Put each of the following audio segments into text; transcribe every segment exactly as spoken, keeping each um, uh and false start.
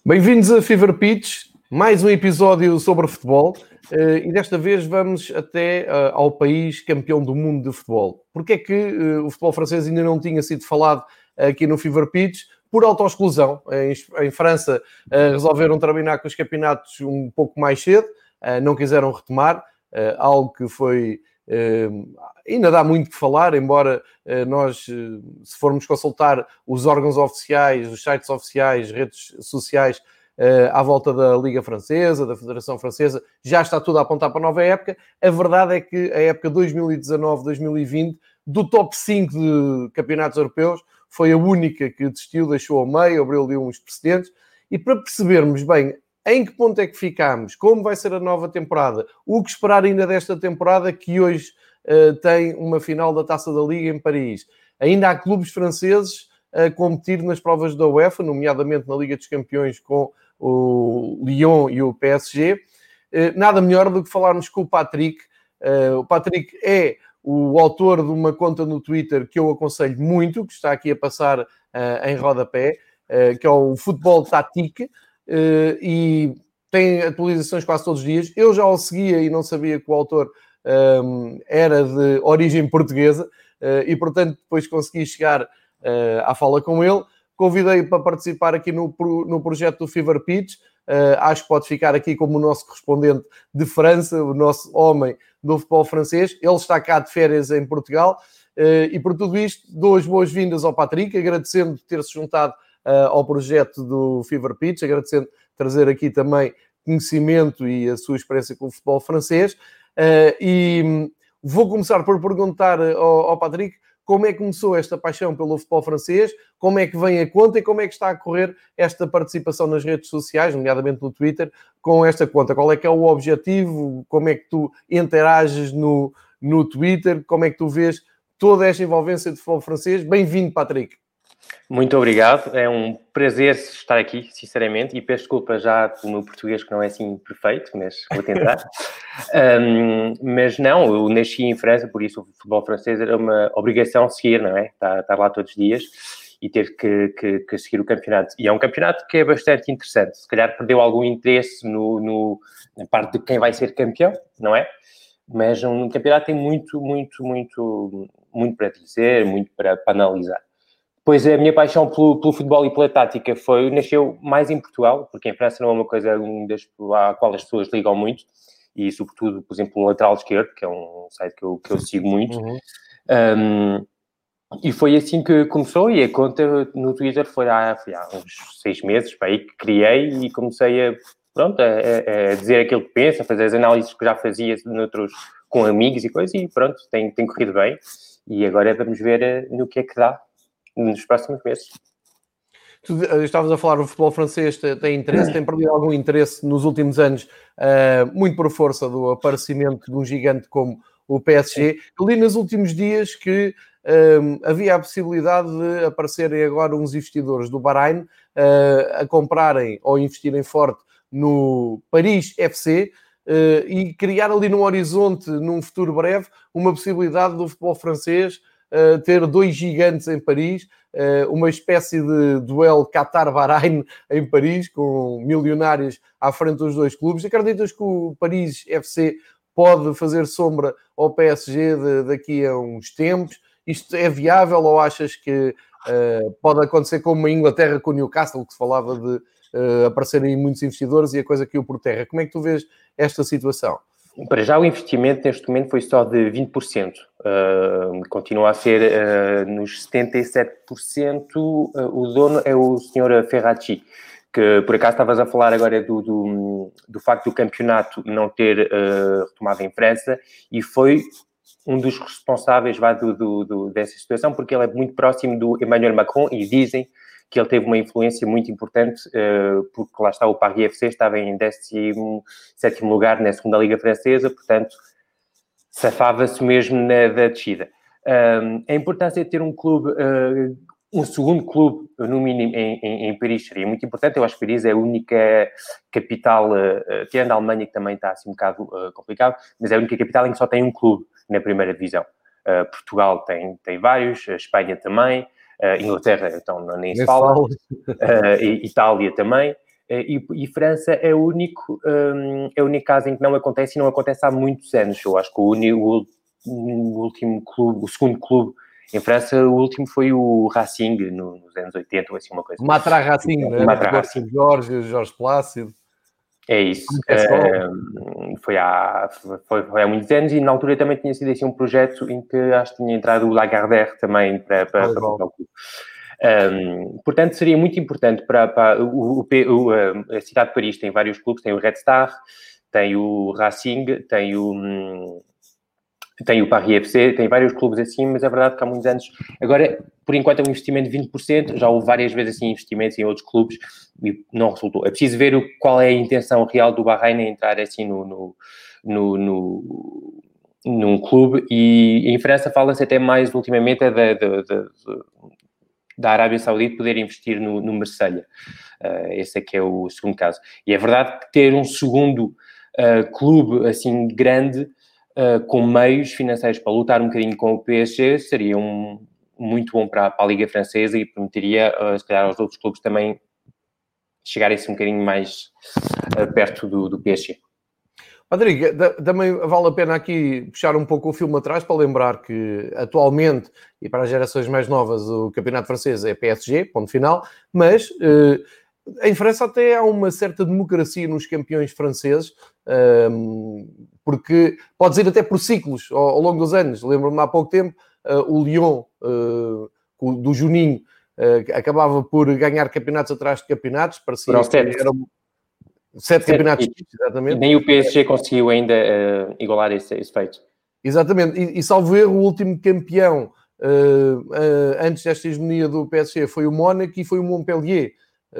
Bem-vindos a Fever Pitch, mais um episódio sobre futebol e desta vez vamos até ao país campeão do mundo de futebol. Porque é que o futebol francês ainda não tinha sido falado aqui no Fever Pitch? Por autoexclusão. Em França resolveram terminar com os campeonatos um pouco mais cedo, não quiseram retomar, algo que foi... Uh, ainda dá muito que falar, embora uh, nós, uh, se formos consultar os órgãos oficiais, os sites oficiais, redes sociais uh, à volta da Liga Francesa, da Federação Francesa, já está tudo a apontar para a nova época. A verdade é que a época dois mil e dezanove dois mil e vinte, do top cinco de campeonatos europeus, foi a única que desistiu, deixou ao meio, abriu ali uns precedentes. E para percebermos bem em que ponto é que ficamos, como vai ser a nova temporada, o que esperar ainda desta temporada, que hoje uh, tem uma final da Taça da Liga em Paris. Ainda há clubes franceses a competir nas provas da UEFA, nomeadamente na Liga dos Campeões com o Lyon e o P S G. Uh, nada melhor do que falarmos com o Patrick. Uh, o Patrick é o autor de uma conta no Twitter que eu aconselho muito, que está aqui a passar uh, em rodapé, uh, que é o Futebol Tátique. Uh, e tem atualizações quase todos os dias. Eu já o seguia e não sabia que o autor um, era de origem portuguesa uh, e, portanto, depois consegui chegar uh, à fala com ele. Convidei-o para participar aqui no, no projeto do Fever Pitch. Uh, acho que pode ficar aqui como o nosso correspondente de França, o nosso homem do futebol francês. Ele está cá de férias em Portugal uh, e, por tudo isto, dou as boas-vindas ao Patrick, agradecendo ter-se juntado Uh, ao projeto do Fever Pitch, agradecendo trazer aqui também conhecimento e a sua experiência com o futebol francês. Uh, e um, vou começar por perguntar ao, ao Patrick como é que começou esta paixão pelo futebol francês, como é que vem a conta e como é que está a correr esta participação nas redes sociais, nomeadamente no Twitter, com esta conta. Qual é que é o objetivo? Como é que tu interages no, no Twitter? Como é que tu vês toda esta envolvência de futebol francês? Bem-vindo, Patrick. Muito obrigado, é um prazer estar aqui, sinceramente, e peço desculpa já pelo meu português que não é assim perfeito, mas vou tentar. um, mas não, eu nasci em França, por isso o futebol francês era uma obrigação seguir, não é? Estar, estar lá todos os dias e ter que, que, que seguir o campeonato. E é um campeonato que é bastante interessante, se calhar perdeu algum interesse no, no, na parte de quem vai ser campeão, não é? Mas um campeonato tem muito, muito, muito, muito para dizer, muito para, para analisar. Pois a minha paixão pelo, pelo futebol e pela tática foi, nasceu mais em Portugal, porque em França não é uma coisa das, à qual as pessoas ligam muito, e sobretudo, por exemplo, o Lateral Esquerdo, que é um site que eu, que eu sigo muito. Uhum. Um, e foi assim que começou, e a conta no Twitter foi há, foi há uns seis meses, para aí que criei, e comecei a, pronto, a, a dizer aquilo que penso, a fazer as análises que já fazia noutros, com amigos e coisas, e pronto, tem, tem corrido bem. E agora vamos ver no que é que dá nos próximos meses. Tu estavas a falar, o futebol francês tem interesse, tem perdido algum interesse nos últimos anos, uh, muito por força do aparecimento de um gigante como o P S G. Eu li nos últimos dias que um, havia a possibilidade de aparecerem agora uns investidores do Bahrein uh, a comprarem ou investirem forte no Paris F C uh, e criar ali num horizonte, num futuro breve, uma possibilidade do futebol francês Uh, ter dois gigantes em Paris, uh, uma espécie de duelo Qatar-Bahrein em Paris, com milionários à frente dos dois clubes. Acreditas que o Paris F C pode fazer sombra ao P S G de, daqui a uns tempos? Isto é viável ou achas que uh, pode acontecer como a Inglaterra com o Newcastle, que se falava de uh, aparecerem muitos investidores e a coisa caiu por terra? Como é que tu vês esta situação? Para já o investimento neste momento foi só de vinte por cento. Uh, continua a ser uh, nos setenta e sete por cento. Uh, o dono é o senhor Ferracci, que por acaso estavas a falar agora do, do, do facto do campeonato não ter uh, retomado em França, e foi um dos responsáveis vá, do, do, do, dessa situação, porque ele é muito próximo do Emmanuel Macron e dizem que ele teve uma influência muito importante, uh, porque lá está o Paris F C, estava em décimo sétimo lugar na segunda Liga Francesa, portanto, safava-se mesmo na, da descida. Um, a importância de ter um clube, uh, um segundo clube, no mínimo, em, em, em Paris seria muito importante. Eu acho que Paris é a única capital, uh, tirando a Alemanha, que também está assim um bocado uh, complicado, mas é a única capital em que só tem um clube na primeira divisão. Uh, Portugal tem, tem vários, a Espanha também, Uh, Inglaterra, então, nem se fala. Uh, e Itália também. E, e França é o único, um, é o único caso em que não acontece e não acontece há muitos anos. Eu acho que o, único, o último clube, o segundo clube em França, o último foi o Racing, no, nos anos oitenta, ou assim uma coisa. Matra Racing, né? Matra Racing. Jorge, Jorge Plácido. É isso. É, foi, há, foi, foi há muitos anos e na altura também tinha sido assim um projeto em que acho que tinha entrado o Lagardère também para, para, para, para o clube. Um, portanto, seria muito importante para, para o, o, o, a cidade de Paris tem vários clubes, tem o Red Star, tem o Racing, tem o, tem o Paris F C, tem vários clubes assim, mas é verdade que há muitos anos... Agora, por enquanto, é um investimento de vinte por cento, já houve várias vezes assim investimentos em outros clubes e não resultou. É preciso ver o, qual é a intenção real do Bahrein em entrar assim no... no, no, no num clube, e em França fala-se até mais ultimamente da, da, da, da Arábia Saudita poder investir no, no Marselha. Uh, esse é que é o segundo caso. E é verdade que ter um segundo uh, clube assim grande, uh, com meios financeiros para lutar um bocadinho com o P S G, seria um, muito bom para, para a Liga Francesa e permitiria, uh, se calhar, aos outros clubes também chegarem-se um bocadinho mais uh, perto do, do P S G. Rodrigo, também vale a pena aqui puxar um pouco o filme atrás para lembrar que atualmente, e para as gerações mais novas, o campeonato francês é P S G, ponto final, mas eh, em França até há uma certa democracia nos campeões franceses, eh, porque podes ir até por ciclos ao, ao longo dos anos. Lembro-me há pouco tempo, eh, o Lyon, eh, do Juninho, eh, acabava por ganhar campeonatos atrás de campeonatos, parecia que era... Sete, Sete campeonatos, exatamente. Nem o P S G conseguiu ainda uh, igualar esse, esse feito. Exatamente. E, e salvo erro, o último campeão uh, uh, antes desta hegemonia do P S G foi o Mónaco e foi o Montpellier.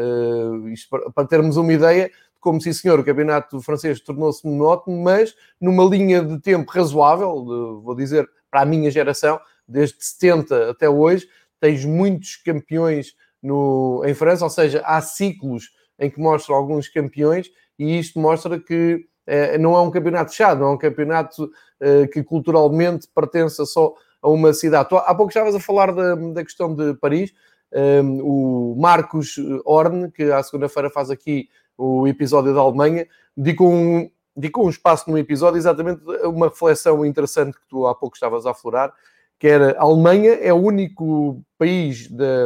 Uh, isto para, para termos uma ideia de como, sim senhor, o campeonato francês tornou-se monótono, mas numa linha de tempo razoável, de, vou dizer, para a minha geração, desde setenta até hoje, tens muitos campeões no, em França, ou seja, há ciclos em que mostram alguns campeões, e isto mostra que eh, não é um campeonato fechado, não é um campeonato eh, que culturalmente pertença só a uma cidade. Tu, há pouco estavas a falar da, da questão de Paris, um, o Marcos Horn, que à segunda-feira faz aqui o episódio da Alemanha, dedicou um, dedicou um espaço no episódio exatamente uma reflexão interessante que tu há pouco estavas a aflorar, que era a Alemanha é o único país da...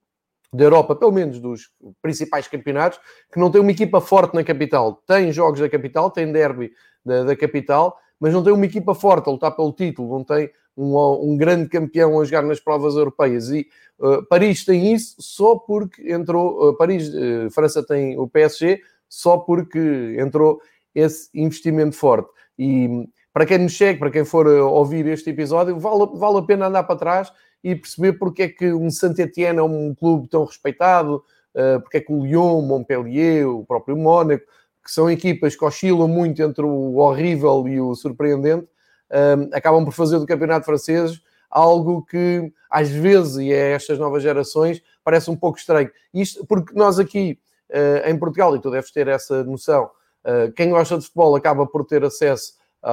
da Europa, pelo menos dos principais campeonatos, que não tem uma equipa forte na capital. Tem jogos da capital, tem derby da, da capital, mas não tem uma equipa forte a lutar pelo título, não tem um, um grande campeão a jogar nas provas europeias. E uh, Paris tem isso só porque entrou... Uh, Paris, uh, França tem o P S G só porque entrou esse investimento forte. E para quem nos segue, para quem for ouvir este episódio, vale, vale a pena andar para trás e perceber porque é que um Saint-Étienne é um clube tão respeitado, porque é que o Lyon, o Montpellier, o próprio Mónaco, que são equipas que oscilam muito entre o horrível e o surpreendente, acabam por fazer do campeonato francês algo que, às vezes, e a estas novas gerações, parece um pouco estranho. Isto porque nós aqui, em Portugal, e tu deves ter essa noção, quem gosta de futebol acaba por ter acesso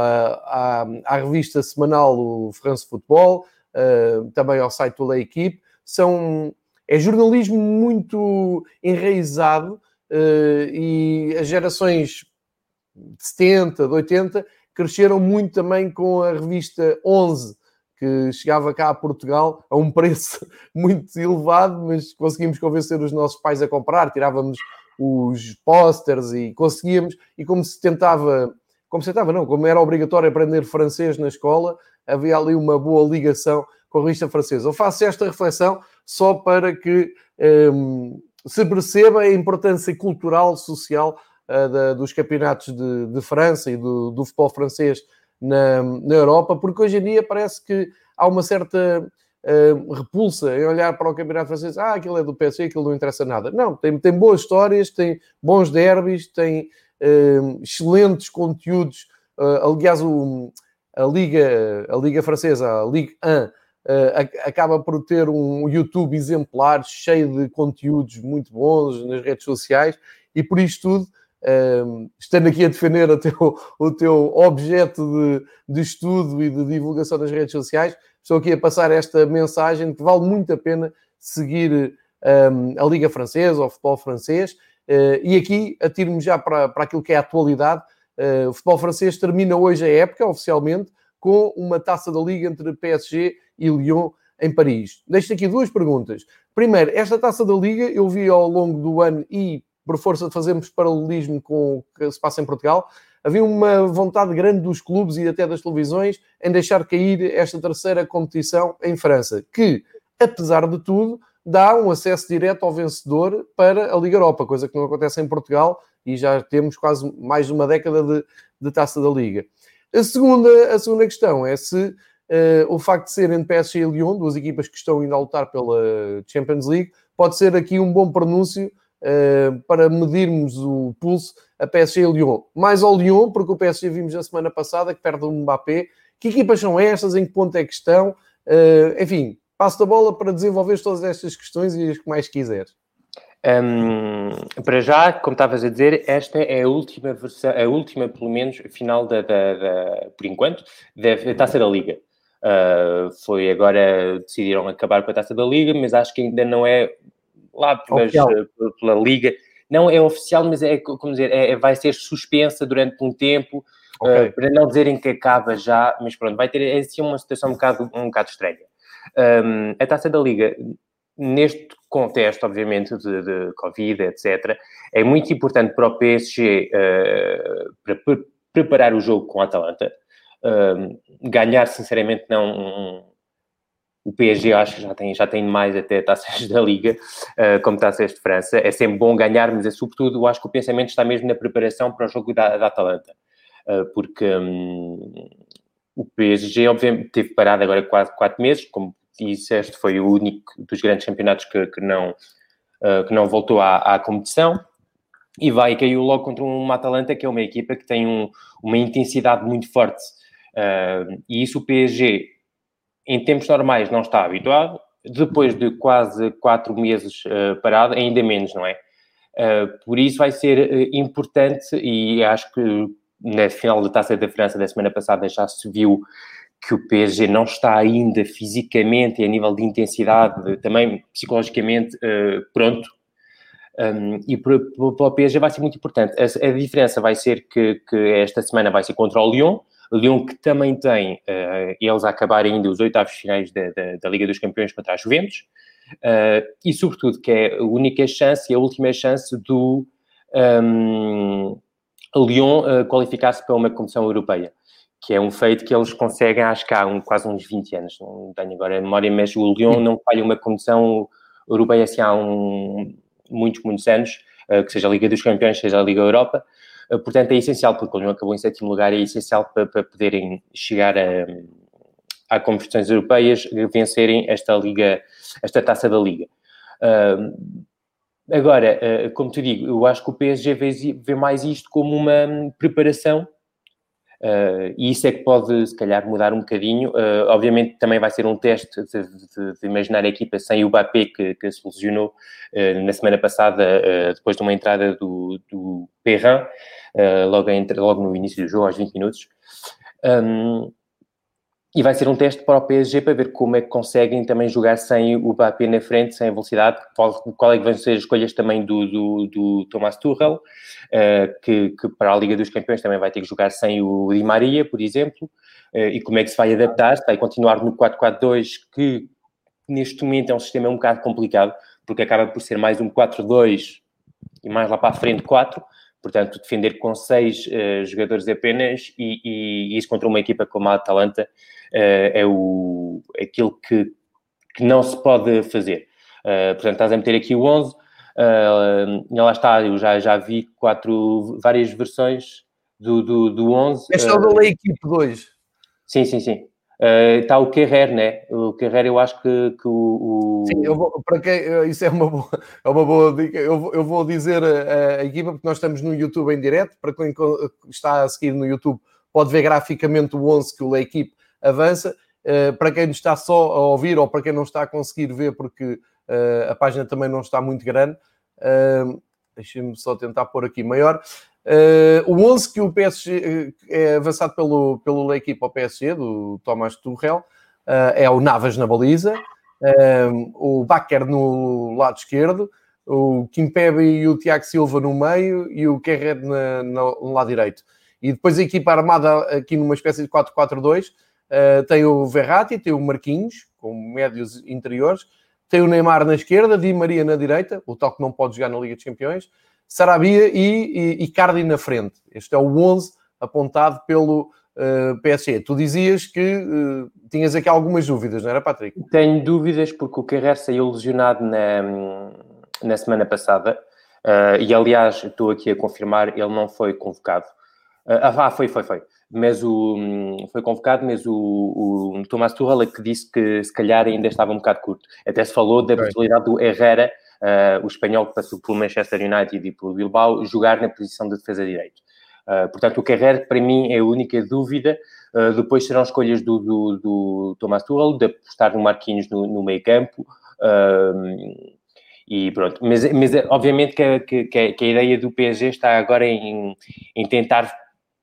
à, à revista semanal, o France Football, Uh, também ao site do L'Équipe. São, é jornalismo muito enraizado uh, e as gerações de setenta, de oitenta cresceram muito também com a revista onze, que chegava cá a Portugal a um preço muito elevado, mas conseguimos convencer os nossos pais a comprar, tirávamos os pósteres e conseguíamos, e como se tentava, como se tentava não, como era obrigatório aprender francês na escola, havia ali uma boa ligação com a revista francesa. Eu faço esta reflexão só para que um, se perceba a importância cultural, social uh, da, dos campeonatos de, de França e do, do futebol francês na, na Europa, porque hoje em dia parece que há uma certa uh, repulsa em olhar para o campeonato francês. Ah, aquilo é do P S G, aquilo não interessa nada. Não, tem, tem boas histórias, tem bons derbys, tem uh, excelentes conteúdos. Uh, aliás, o A Liga, a Liga Francesa, a Ligue um, uh, acaba por ter um YouTube exemplar, cheio de conteúdos muito bons nas redes sociais, e por isto tudo, uh, estando aqui a defender o teu, o teu objeto de, de estudo e de divulgação nas redes sociais, estou aqui a passar esta mensagem de que vale muito a pena seguir um, a Liga Francesa, o futebol francês, E aqui, atiro-me já para, para aquilo que é a atualidade, o futebol francês termina hoje a época, oficialmente, com uma taça da Liga entre P S G e Lyon em Paris. Deixo aqui duas perguntas. Primeiro, esta taça da Liga eu vi ao longo do ano e, por força de fazermos paralelismo com o que se passa em Portugal, havia uma vontade grande dos clubes e até das televisões em deixar cair esta terceira competição em França, que, apesar de tudo, dá um acesso direto ao vencedor para a Liga Europa, coisa que não acontece em Portugal e já temos quase mais de uma década de, de taça da Liga. A segunda, a segunda questão é se uh, o facto de serem P S G e Lyon, duas equipas que estão ainda a lutar pela Champions League, pode ser aqui um bom pronúncio uh, para medirmos o pulso a P S G e Lyon. Mais ao Lyon, porque o P S G vimos na semana passada que perde o Mbappé. Que equipas são estas? Em que ponto é que estão? Uh, enfim, passo a bola para desenvolver todas estas questões e as que mais quiseres. Um, para já, como estavas a dizer, esta é a última versão, a última, pelo menos, final da, da, da por enquanto, da Taça da Liga. Uh, foi agora, decidiram acabar com a Taça da Liga, mas acho que ainda não é lá pelas, pela Liga. Não é oficial, mas é, como dizer, é, vai ser suspensa durante um tempo, okay. uh, para não dizerem que acaba já, mas pronto, vai ter é, assim, uma situação um bocado, um bocado estranha. Um, a Taça da Liga, neste contexto, obviamente, de, de Covid, etcétera, é muito importante para o P S G uh, para pre- preparar o jogo com a Atalanta. Uh, ganhar, sinceramente, não... Um, o P S G, eu acho que já tem, já tem mais até taças da Liga, uh, como taças de França. É sempre bom ganhar, mas é sobretudo, eu acho que o pensamento está mesmo na preparação para o jogo da, da Atalanta. Uh, porque um, o P S G, obviamente, teve parado agora quase quatro meses, como disseste, foi o único dos grandes campeonatos que, que, não, uh, que não voltou à, à competição, e vai e caiu logo contra uma Atalanta, que é uma equipa que tem um, uma intensidade muito forte. Uh, e isso o P S G, em tempos normais, não está habituado. Depois de quase quatro meses uh, parado, ainda menos, não é? Uh, por isso vai ser uh, importante, e acho que na final da Taça da França da semana passada já se viu que o P S G não está ainda fisicamente e a nível de intensidade, também psicologicamente, uh, pronto. Um, e para, para o P S G vai ser muito importante. A, a diferença vai ser que, que esta semana vai ser contra o Lyon. O Lyon que também tem, uh, eles a acabarem ainda os oitavos finais da, da, da Liga dos Campeões contra a Juventus. Uh, e, sobretudo, que é a única chance e a última chance do um, Lyon uh, qualificar-se para uma competição europeia, que é um feito que eles conseguem, acho que há um, quase uns vinte anos, não tenho agora a memória, mas o Lyon não falha uma competição europeia assim há um, muitos, muitos anos, uh, que seja a Liga dos Campeões, seja a Liga Europa. Uh, portanto, é essencial, porque o Lyon acabou em sétimo lugar, é essencial para, para poderem chegar a, a competições europeias, vencerem esta Liga, esta Taça da Liga. Uh, agora, uh, como te digo, eu acho que o P S G vê, vê mais isto como uma preparação. Uh, e isso é que pode, se calhar, mudar um bocadinho. Uh, obviamente, também vai ser um teste de, de, de imaginar a equipa sem o Mbappé, que, que se lesionou uh, na semana passada, uh, depois de uma entrada do, do Perrin, uh, logo, entre, logo no início do jogo, aos vinte minutos. Um, e vai ser um teste para o P S G para ver como é que conseguem também jogar sem o Mbappé na frente, sem a velocidade. Qual, qual é que vão ser as escolhas também do, do, do Thomas Tuchel, uh, que, que para a Liga dos Campeões também vai ter que jogar sem o Di Maria, por exemplo, uh, e como é que se vai adaptar, se vai continuar no quatro quatro dois, que neste momento é um sistema um bocado complicado, porque acaba por ser mais um quatro dois e mais lá para a frente quatro, portanto, defender com seis uh, jogadores apenas, e, e, e isso contra uma equipa como a Atalanta uh, é o, aquilo que, que não se pode fazer. Uh, portanto, estás a meter aqui o onze, uh, e lá está, eu já, já vi quatro, várias versões do, do, do onze. Este é o da L'Équipe dois. Sim, sim, sim. Uh, está o Carrer, né? O Carrer, eu acho que, que o, o... Sim, eu vou, para quem, isso é uma boa, é uma boa dica. Eu vou, eu vou dizer a, a equipa, porque nós estamos no YouTube em direto. Para quem está a seguir no YouTube, pode ver graficamente o onze que o L'Équipe avança. Uh, para quem está só a ouvir, ou para quem não está a conseguir ver, porque uh, a página também não está muito grande, uh, deixem-me só tentar pôr aqui maior. Uh, o onze que o P S G uh, é avançado pelo, pelo L'Équipe ao P S G, do Thomas Tuchel, uh, é o Navas na baliza, uh, o Bakker no lado esquerdo, o Kimpembe e o Tiago Silva no meio e o Kerrer na, na, no lado direito. E depois a equipa armada aqui numa espécie de quatro quatro dois, uh, tem o Verratti, tem o Marquinhos, com médios interiores, tem o Neymar na esquerda, Di Maria na direita, o tal que não pode jogar na Liga dos Campeões, Sarabia e, e, e Cardi na frente. Este é o onze apontado pelo uh, P S G. Tu dizias que uh, tinhas aqui algumas dúvidas, não era, Patrick? Tenho dúvidas porque o Kerrer saiu lesionado na, na semana passada uh, e, aliás, estou aqui a confirmar, ele não foi convocado. Uh, ah, foi, foi, foi. Mas o, foi convocado, mas o, o Tomás Tuchel é que disse que se calhar ainda estava um bocado curto. Até se falou da okay. possibilidade do Herrera, uh, o espanhol que passou pelo Manchester United e pelo Bilbao, jogar na posição de defesa direito. Uh, portanto, o Kerrer, para mim, é a única dúvida. Uh, depois serão escolhas do, do, do Tomás Tuchel, de apostar no Marquinhos no, no meio campo. Uh, e pronto. Mas, mas obviamente que a, que, que a ideia do P S G está agora em, em tentar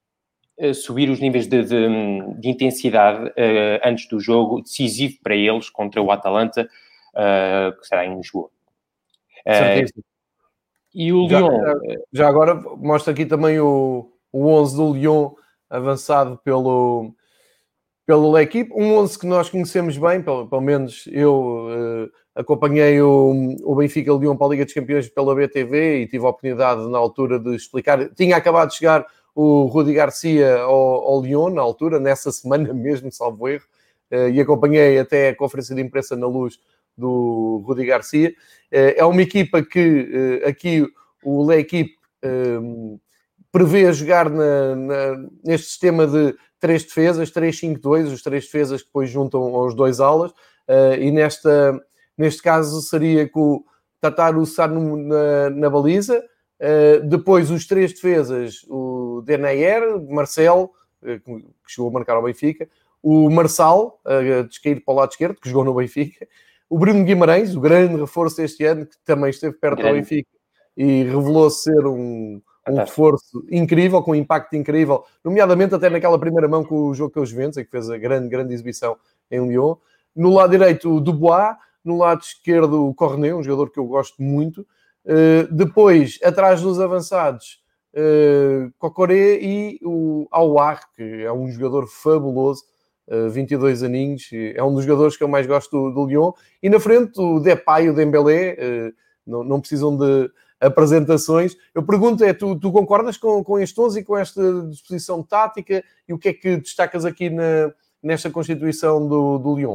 subir os níveis de, de, de intensidade uh, antes do jogo decisivo para eles contra o Atalanta, uh, que será em Lisboa. Certíssimo. Uh, e o já, Lyon... Já, já agora mostra aqui também o, o onze do Lyon avançado pelo, pelo L'Équipe. Um onze que nós conhecemos bem, pelo, pelo menos eu uh, acompanhei o, o Benfica Lyon para a Liga dos Campeões pela B T V e tive a oportunidade na altura de explicar. Tinha acabado de chegar o Rudi Garcia ao, ao Lyon, na altura, nessa semana mesmo, salvo erro, uh, e acompanhei até a conferência de imprensa na Luz do Rudi Garcia. Uh, é uma equipa que uh, aqui o L'Équipe uh, prevê jogar na, na, neste sistema de três defesas, três cinco dois, os três defesas que depois juntam aos dois alas, uh, e nesta, neste caso seria com o Tataru Sanu na, na baliza. Uh, depois os três defesas, o Denayer, Marcel, uh, que chegou a marcar ao Benfica, o Marçal, uh, de cair para o lado esquerdo, que jogou no Benfica, o Bruno Guimarães, o grande reforço este ano, que também esteve perto grande. do Benfica e revelou-se ser um, um reforço incrível, com um impacto incrível, nomeadamente até naquela primeira mão com o jogo com os Juventus, em que fez a grande, grande exibição em Lyon. No lado direito, o Dubois, no lado esquerdo, o Cornet, um jogador que eu gosto muito. Uh, depois, atrás dos avançados, uh, Cocoré e o Aouar, que é um jogador fabuloso, uh, vinte e dois aninhos, é um dos jogadores que eu mais gosto do, do Lyon. E na frente, o Depay e o Dembélé, uh, não, não precisam de apresentações. Eu pergunto, é, tu, tu concordas com, com este onze e com esta disposição tática? E o que é que destacas aqui na, nesta constituição do, do Lyon?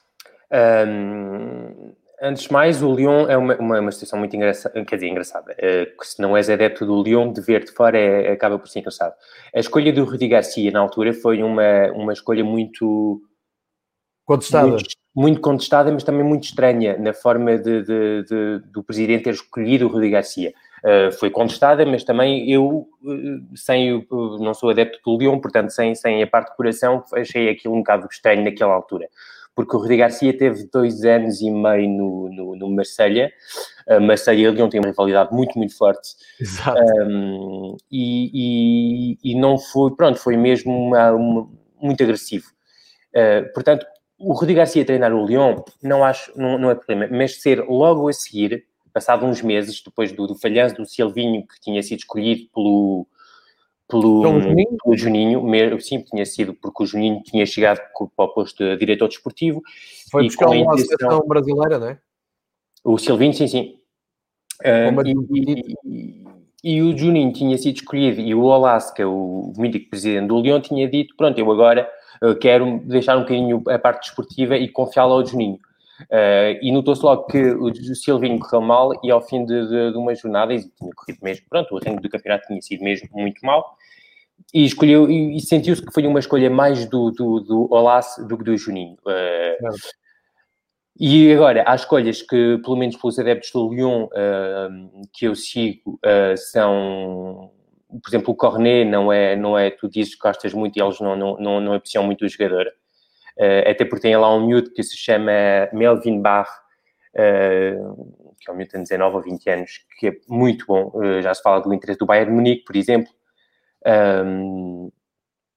Um... Antes de mais, o Lyon é uma, uma, uma situação muito engraçada, quer dizer, engraçada. Uh, se não és adepto do Lyon, de ver de fora é, acaba por ser engraçado. A escolha do Rudi Garcia, na altura, foi uma, uma escolha muito... Contestada. Muito, muito contestada, mas também muito estranha, na forma de, de, de, do presidente ter escolhido o Rudi Garcia. Uh, foi contestada, mas também eu, uh, sem o, não sou adepto do Lyon, portanto, sem, sem a parte de coração, achei aquilo um bocado estranho naquela altura. Porque o Rudi Garcia teve dois anos e meio no, no, no Marselha. Uh, Marselha e Lyon têm uma rivalidade muito, muito forte. Exato. Um, e, e, e não foi, pronto, foi mesmo uma, uma, muito agressivo. Uh, portanto, o Rudi Garcia treinar o Lyon, não acho, não, não é problema, mas ser logo a seguir, passado uns meses, depois do, do falhanço do Silvinho, que tinha sido escolhido pelo... Pelo, pelo, Juninho? pelo Juninho, mesmo, sim, tinha sido porque o Juninho tinha chegado para o posto de diretor desportivo. Foi buscar uma associação brasileira, não é? O Silvinho, sim, sim. Uh, e, e, e, e o Juninho tinha sido escolhido e o Olasca, o mítico presidente do Lyon, tinha dito, pronto, eu agora uh, quero deixar um bocadinho a parte desportiva e confiá-la ao Juninho. Uh, e notou-se logo que o Silvinho correu mal e ao fim de, de, de uma jornada, e tinha corrido mesmo, pronto, o arranque do campeonato tinha sido mesmo muito mal, e escolheu, e, e sentiu-se que foi uma escolha mais do, do, do Olas do que do Juninho. Uh, e agora, há escolhas que, pelo menos pelos adeptos do Lyon, uh, que eu sigo, uh, são, por exemplo, o Cornet não é, não é, tu dizes que gostas muito e eles não, não, não, não apreciam muito o jogador. Uh, até porque tem lá um miúdo que se chama Melvin Barr, uh, que é um miúdo de dezanove ou vinte anos, que é muito bom. Uh, já se fala do interesse do Bayern de Munique, por exemplo. Um,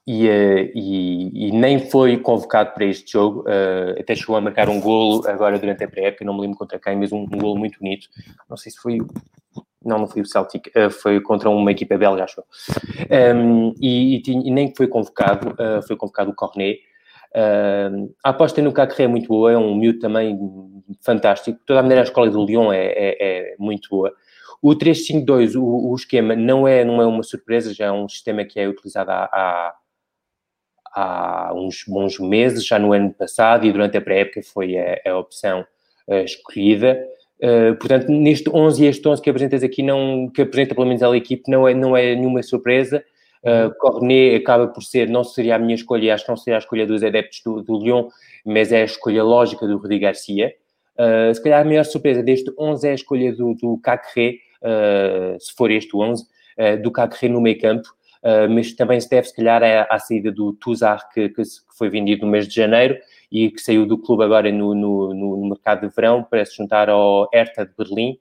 e, e, e nem foi convocado para este jogo, uh, até chegou a marcar um golo agora durante a pré-época, não me lembro contra quem, mas um, um golo muito bonito, não sei se foi, não, não foi o Celtic, uh, foi contra uma equipa belga, acho eu, um, e, e, tinha, e nem foi convocado, uh, foi convocado o Cornet. Uh, a aposta no Cacré é muito boa, é um miúdo também fantástico, de toda a maneira a escola do Lyon é, é, é muito boa. O três cinco dois, o, o esquema, não é, não é uma surpresa, já é um sistema que é utilizado há, há, há uns bons meses, já no ano passado, e durante a pré-época foi a, a opção uh, escolhida. Uh, portanto, neste onze, este onze que apresentas aqui, não, que apresenta pelo menos a equipe, não é, não é nenhuma surpresa. Uh, Cornet acaba por ser, não seria a minha escolha, e acho que não seria a escolha dos adeptos do, do Lyon, mas é a escolha lógica do Rudi Garcia. Uh, se calhar a maior surpresa deste onze é a escolha do, do Cacré, uh, se for este onze, uh, do Cacré no meio campo, uh, mas também se deve, se calhar, à, à saída do Touzard, que, que, que foi vendido no mês de janeiro e que saiu do clube agora no, no, no mercado de verão para se juntar ao Hertha de Berlim.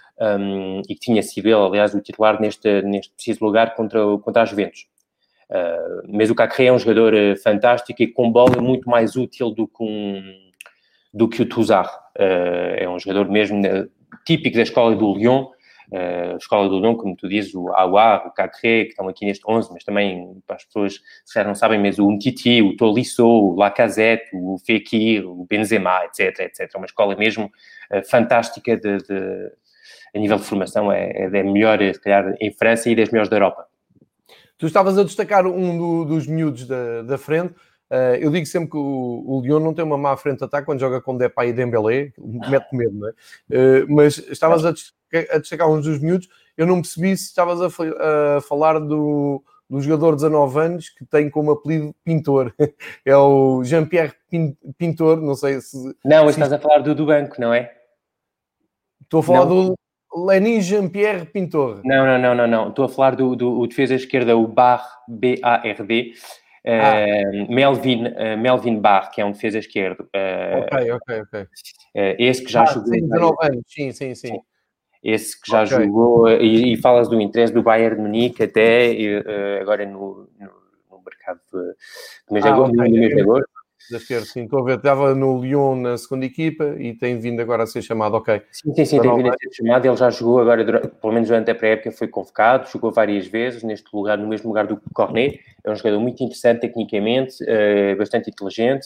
Um, e que tinha sido ele, aliás, o titular neste, neste preciso lugar contra, contra a Juventus. Uh, mas o Cacré é um jogador uh, fantástico e com bola muito mais útil do que, um, do que o Touzard. Uh, é um jogador mesmo uh, típico da escola do Lyon, uh, a escola do Lyon, como tu dizes, o Aouar, o Cacré, que estão aqui neste onze, mas também, para as pessoas que já não sabem, mas o Umtiti, o Tolisso, o Lacazette, o Fekir, o Benzema, etc, etcétera. Uma escola mesmo uh, fantástica de... de a nível de formação, é, é da melhor, se calhar, em França e das melhores da Europa. Tu estavas a destacar um do, dos miúdos da, da frente. Uh, eu digo sempre que o, o Lyon não tem uma má frente de ataque quando joga com Depay e Dembélé, mete medo, não é? Uh, mas estavas a, a destacar uns dos miúdos. Eu não percebi se estavas a, a falar do, do jogador de dezanove anos que tem como apelido Pintor. É o Jean-Pierre Pintor, não sei se... Não, se estás a falar do, do banco, não é? Estou a falar não. do Lenny Jean-Pierre Pintor. Não, não, não, não, não. Estou a falar do, do o defesa esquerda, o Bar, B A R D, ah. uh, Melvin, uh, Melvin Bar, que é um defesa esquerdo. Uh, ok, ok, ok. Uh, esse que já ah, jogou... Sim, dezanove anos, sim, sim, sim. sim. Esse que já okay. jogou, e, e falas do interesse do Bayern de Munique até uh, agora no, no, no mercado de mês de agosto. No mês de agosto. Da esquerda, sim, estou a ver, estava no Lyon na segunda equipa e tem vindo agora a ser chamado, ok. Sim, sim, sim, tem vindo a ser chamado, ele já jogou agora, durante, pelo menos durante a pré-época, foi convocado, jogou várias vezes neste lugar, no mesmo lugar do Cornet, é um jogador muito interessante tecnicamente, uh, bastante inteligente,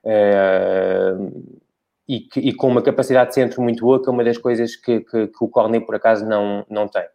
uh, e, que, e com uma capacidade de centro muito boa, que é uma das coisas que, que, que o Cornet, por acaso, não, não tem.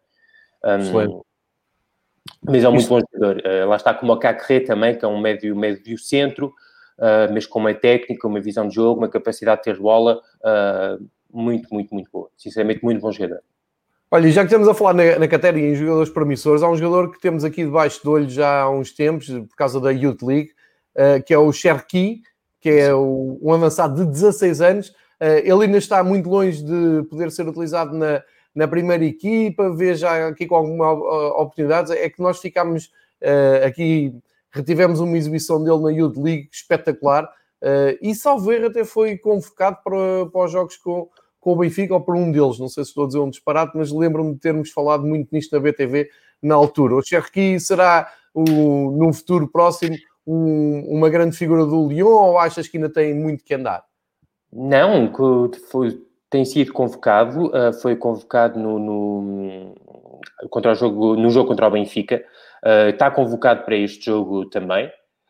Um, mas é um muito bom jogador. Uh, lá está como o Cacré também, que é um médio, médio centro, Uh, mas com uma técnica, uma visão de jogo, uma capacidade de ter bola uh, muito, muito, muito boa. Sinceramente, muito bom jogador. Olha, já que estamos a falar na, na categoria em jogadores promissores, há um jogador que temos aqui debaixo do olho já há uns tempos, por causa da Youth League, uh, que é o Cherki, que é o, um avançado de dezasseis anos. Uh, ele ainda está muito longe de poder ser utilizado na, na primeira equipa, vê já aqui com alguma oportunidade. É que nós ficámos uh, aqui... Retivemos uma exibição dele na Youth League espetacular uh, e, salvo erro, até foi convocado para, para os jogos com, com o Benfica ou para um deles. Não sei se estou a dizer um disparate, mas lembro-me de termos falado muito nisto na B T V na altura. O Cherki será, o, num futuro próximo, um, uma grande figura do Lyon ou achas que ainda tem muito que andar? Não, que foi, tem sido convocado, uh, foi convocado no, no, contra o jogo, no jogo contra o Benfica. Uh, está convocado para este jogo também.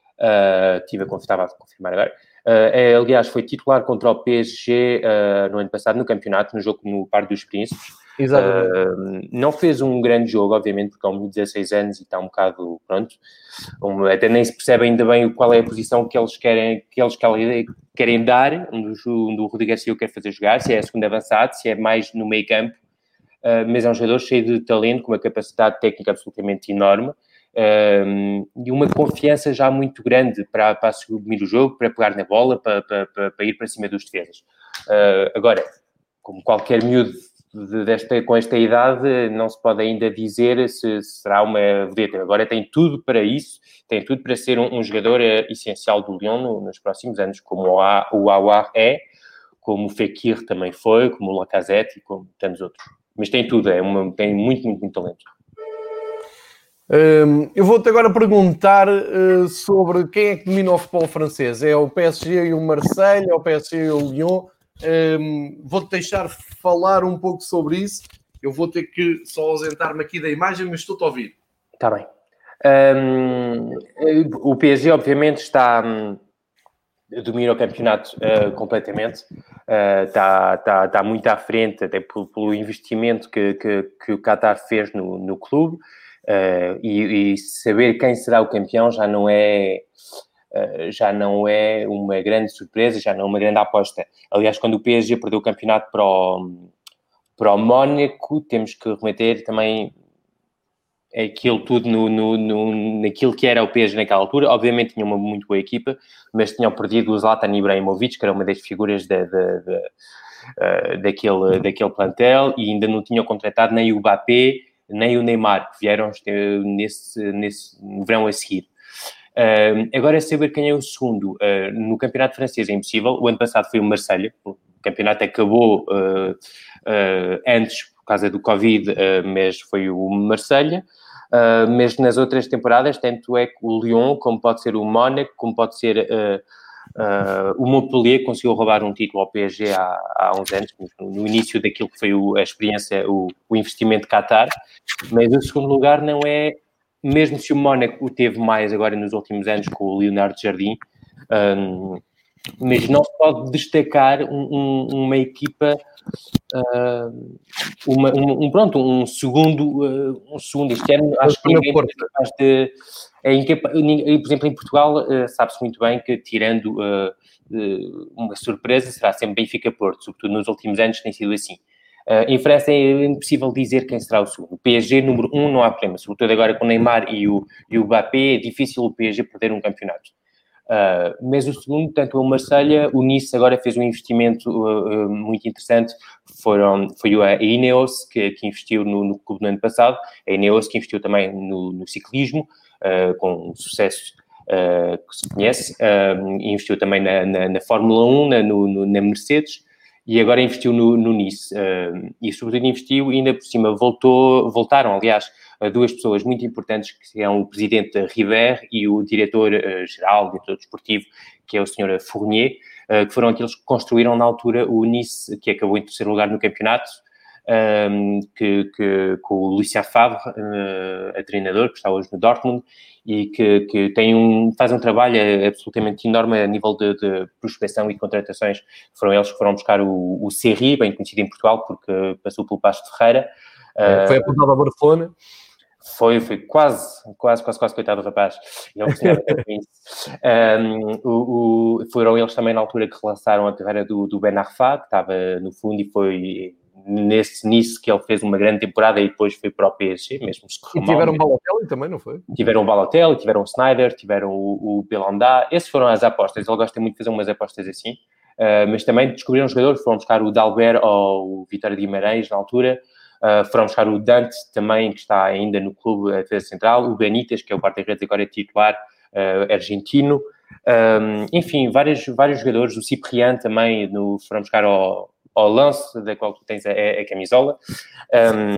Uh, tive a confirmar, a confirmar agora. Uh, é, aliás, foi titular contra o P S G uh, no ano passado, no campeonato, no jogo no Parque dos Príncipes. Uh, não fez um grande jogo, obviamente, porque é um de dezasseis anos e está um bocado pronto. Um, até nem se percebe ainda bem qual é a posição que eles querem, que eles querem dar, onde o Rudi Garcia quer fazer jogar, se é a segunda avançada, se é mais no meio campo. Uh, mas é um jogador cheio de talento, com uma capacidade técnica absolutamente enorme uh, e uma confiança já muito grande para, para assumir o jogo, para pegar na bola, para, para, para ir para cima dos defesas. Uh, agora, como qualquer miúdo de, desta, com esta idade, não se pode ainda dizer se, se será uma vedeta. Agora tem tudo para isso, tem tudo para ser um, um jogador uh, essencial do Lyon no, nos próximos anos, como o, A, o Aouar é, como o Fekir também foi, como o Lacazette e como tantos outros. Mas tem tudo, é uma, tem muito, muito, muito talento. Um, eu vou-te agora perguntar uh, sobre quem é que domina o futebol francês. É o P S G e o Marseille, é o P S G e o Lyon. Um, vou-te deixar falar um pouco sobre isso. Eu vou ter que só ausentar-me aqui da imagem, mas estou-te a ouvir. Está bem. Um, o P S G, obviamente, está... Um, domina o campeonato uh, completamente. Uh, está, está, está muito à frente, até pelo, pelo investimento que, que, que o Qatar fez no, no clube. Uh, e, e saber quem será o campeão já não é uh, já não é uma grande surpresa, já não é uma grande aposta. Aliás, quando o P S G perdeu o campeonato para o, para o Mónaco, temos que remeter também aquilo tudo no, no, no, naquilo que era o P S G naquela altura. Obviamente tinha uma muito boa equipa, mas tinham perdido o Zlatan Ibrahimovic, que era uma das figuras de, de, de, uh, daquele, daquele plantel, e ainda não tinham contratado nem o Mbappé nem o Neymar, que vieram nesse, nesse, no verão a seguir. Uh, agora, saber quem é o segundo. Uh, no campeonato francês é impossível. O ano passado foi o Marseille. O campeonato acabou uh, uh, antes, por causa do Covid, uh, mas foi o Marseille. Uh, mas nas outras temporadas, tanto é que o Lyon, como pode ser o Mónaco, como pode ser... Uh, Uh, o Montpellier conseguiu roubar um título ao P S G há, há uns anos, no, no início daquilo que foi o, a experiência, o, o investimento de Qatar, mas o segundo lugar não é, mesmo se o Mónaco o teve mais agora nos últimos anos com o Leonardo Jardim, um, mas não se pode destacar um, um, uma equipa, uh, uma, um, um, pronto, um segundo, uh, um segundo este ano, acho que ninguém é capaz de... É incapaz, por exemplo, em Portugal, uh, sabe-se muito bem que, tirando uh, uh, uma surpresa, será sempre Benfica-Porto, sobretudo nos últimos anos tem sido assim. Uh, em França é impossível dizer quem será o segundo. O P S G, número um, não há problema. Sobretudo agora com o Neymar e o, e o Mbappé, é difícil o P S G perder um campeonato. Uh, mas o segundo, tanto o Marselha, o Nice agora fez um investimento uh, uh, muito interessante, foram, foi a Ineos que, que investiu no, no clube no ano passado, a Ineos que investiu também no, no ciclismo, uh, com um sucesso uh, que se conhece, uh, investiu também na, na, na Fórmula um, na, no, no, na Mercedes, e agora investiu no, no Nice, uh, e sobretudo investiu, e ainda por cima voltou, voltaram, aliás, duas pessoas muito importantes, que são o presidente River e o diretor-geral, uh, diretor desportivo, que é o senhor Fournier, uh, que foram aqueles que construíram na altura o Nice, que acabou em terceiro lugar no campeonato, um, que, que, com o Lucien Favre, uh, a treinador, que está hoje no Dortmund, e que, que tem um, faz um trabalho absolutamente enorme a nível de, de prospecção e de contratações. Foram eles que foram buscar o, o Serri, bem conhecido em Portugal, porque passou pelo Paço de Ferreira. Uh, foi apontado ao Barcelona. Foi, foi quase, quase, quase, quase, coitado do rapaz. Ele tinha um, o, o, foram eles também na altura que relançaram a carreira do, do Ben Arfa, que estava no fundo, e foi nesse nisso que ele fez uma grande temporada e depois foi para o P S G, mesmo se E tiveram o Balotelli também, não foi? Tiveram o Balotelli, tiveram o Sneijder, tiveram o, o Belhanda. Esses foram as apostas. Ele gosta muito de fazer umas apostas assim. Uh, mas também descobriram jogadores, foram buscar o Dalbert ou o Vitória de Guimarães na altura. Uh, foram buscar o Dante, também, que está ainda no clube a defesa central, o Benítez, que é o quarto-redes agora é titular, uh, argentino. Um, enfim, vários, vários jogadores, o Cipriano também, no, foram buscar ao, ao Lance, da qual tu tens a, a camisola. Um,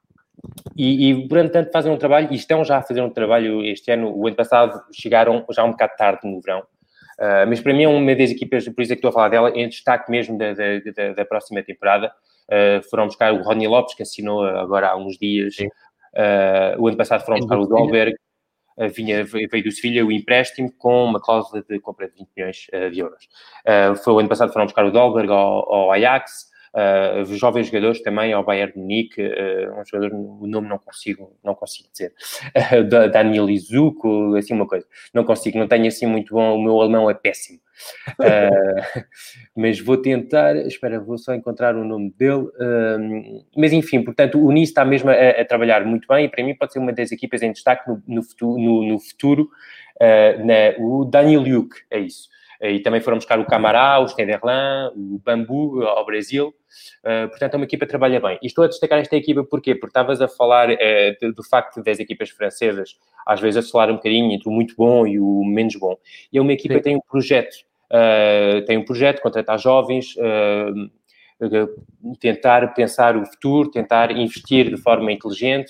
e, e, portanto, fazem um trabalho, e estão já a fazer um trabalho este ano. O ano passado chegaram já um bocado tarde no verão. Uh, mas para mim é uma das equipas, por isso é que estou a falar dela, em destaque mesmo da, da, da, da próxima temporada. Uh, foram buscar o Rony Lopes, que assinou agora há uns dias. Uh, o ano passado foram buscar o Dolberg, uh, vinha, veio do Sevilha, o empréstimo, com uma cláusula de compra de vinte milhões uh, de euros. Uh, foi o ano passado foram buscar o Dolberg ao, ao Ajax, uh, jovens jogadores também ao Bayern de Munique, uh, um jogador, o nome não consigo, não consigo dizer, uh, Daniel Izuko, assim uma coisa. Não consigo, não tenho assim muito bom, o meu alemão é péssimo. Uh, mas vou tentar, espera, vou só encontrar o nome dele, uh, mas enfim, portanto o Nice está mesmo a, a trabalhar muito bem e para mim pode ser uma das equipas em destaque no, no futuro, no, no futuro uh, na, o Daniel Luc, é isso. E também foram buscar o Camará, o Schneiderlin, o Bambu ao Brasil. Uh, portanto, é uma equipa que trabalha bem. E estou a destacar esta equipa porquê? Porque estavas a falar uh, de, do facto das equipas francesas às vezes oscilar um bocadinho entre o muito bom e o menos bom. E é uma equipa Sim. que tem um projeto. Uh, tem um projeto, contratar jovens, uh, uh, tentar pensar o futuro, tentar investir de forma inteligente.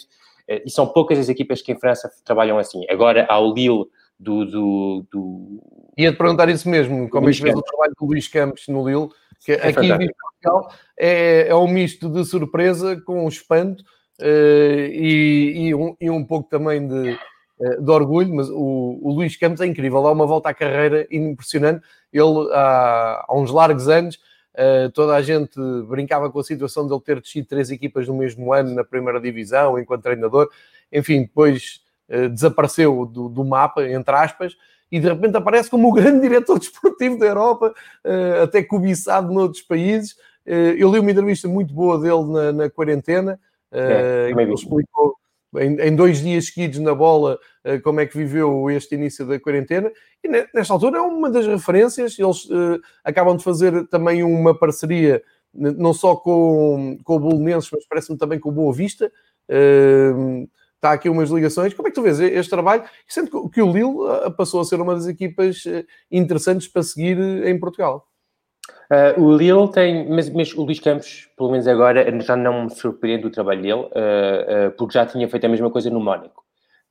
e são poucas as equipas que em França trabalham assim. Agora há o Lille do... do, do... Ia-te perguntar isso mesmo, como é que vês o trabalho do Luís Campos no Lille, que é aqui em Portugal é, é um misto de surpresa com espanto uh, e, e, um, e um pouco também de, uh, de orgulho, mas o, o Luís Campos é incrível, dá uma volta à carreira impressionante. Ele, há, há uns largos anos, uh, toda a gente brincava com a situação de ele ter descido três equipas no mesmo ano na primeira divisão, enquanto treinador. Enfim, depois uh, desapareceu do, do mapa, entre aspas, e de repente aparece como o grande diretor desportivo da Europa, uh, até cobiçado noutros países. Uh, eu li uma entrevista muito boa dele na, na quarentena, uh, é, em que ele explicou em, em dois dias seguidos na bola uh, como é que viveu este início da quarentena, e nesta altura é uma das referências. Eles uh, acabam de fazer também uma parceria, não só com, com o Belenenses, mas parece-me também com o Boa Vista. Uh, Está aqui umas ligações. Como é que tu vês este trabalho? Sendo que o Lille passou a ser uma das equipas interessantes para seguir em Portugal. Uh, o Lille tem... Mas, mas o Luís Campos, pelo menos agora, já não me surpreende o trabalho dele, uh, uh, porque já tinha feito a mesma coisa no Mónaco.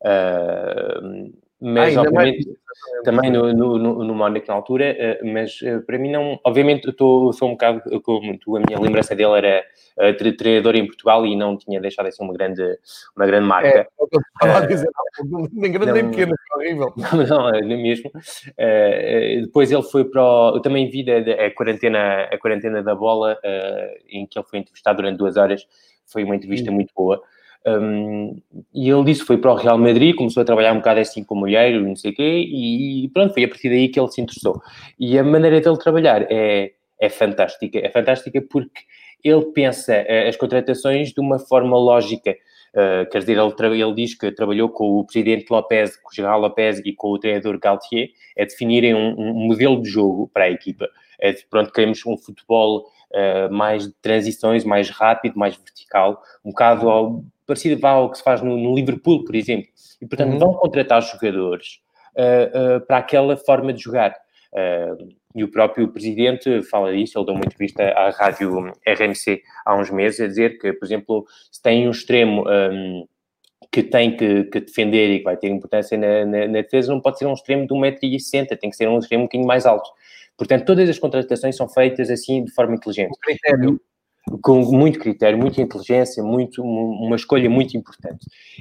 Uh, mas, ah, obviamente, mais... também no, no, no Mónaco na altura, uh, mas uh, para mim não... Obviamente, eu, tô, eu sou um bocado como tu, a minha lembrança dele era uh, treinador em Portugal e não tinha deixado assim uma grande, uma grande marca. É, eu estava a dizer, não, nem grande não, nem pequeno, é horrível. Não, não, é mesmo. Uh, depois ele foi para o... Eu também vi a, a, quarentena, a quarentena da bola, uh, em que ele foi entrevistado durante duas horas. Foi uma entrevista Sim. muito boa. Um, e ele disse que foi para o Real Madrid, começou a trabalhar um bocado assim como mulher, não sei o quê, e pronto, foi a partir daí que ele se interessou. E a maneira dele trabalhar é, é fantástica. É fantástica porque ele pensa uh, as contratações de uma forma lógica. Uh, quer dizer, ele, ele diz que trabalhou com o presidente Lopez, com o Gerard Lopez e com o treinador Galtier, a definirem um, um modelo de jogo para a equipa. É, pronto, queremos um futebol uh, mais de transições, mais rápido, mais vertical, um bocado ao, parecido ao que se faz no, no Liverpool, por exemplo. E, portanto, uhum. vão contratar jogadores uh, uh, para aquela forma de jogar. Uh, e o próprio presidente fala disso, ele deu uma entrevista à rádio R M C há uns meses, a dizer que, por exemplo, se tem um extremo um, que tem que, que defender e que vai ter importância na, na, na defesa, não pode ser um extremo de um metro e sessenta, tem que ser um extremo um bocadinho mais alto. Portanto, todas as contratações são feitas assim de forma inteligente. Com critério. Com muito critério, muita inteligência, muito, uma escolha muito importante.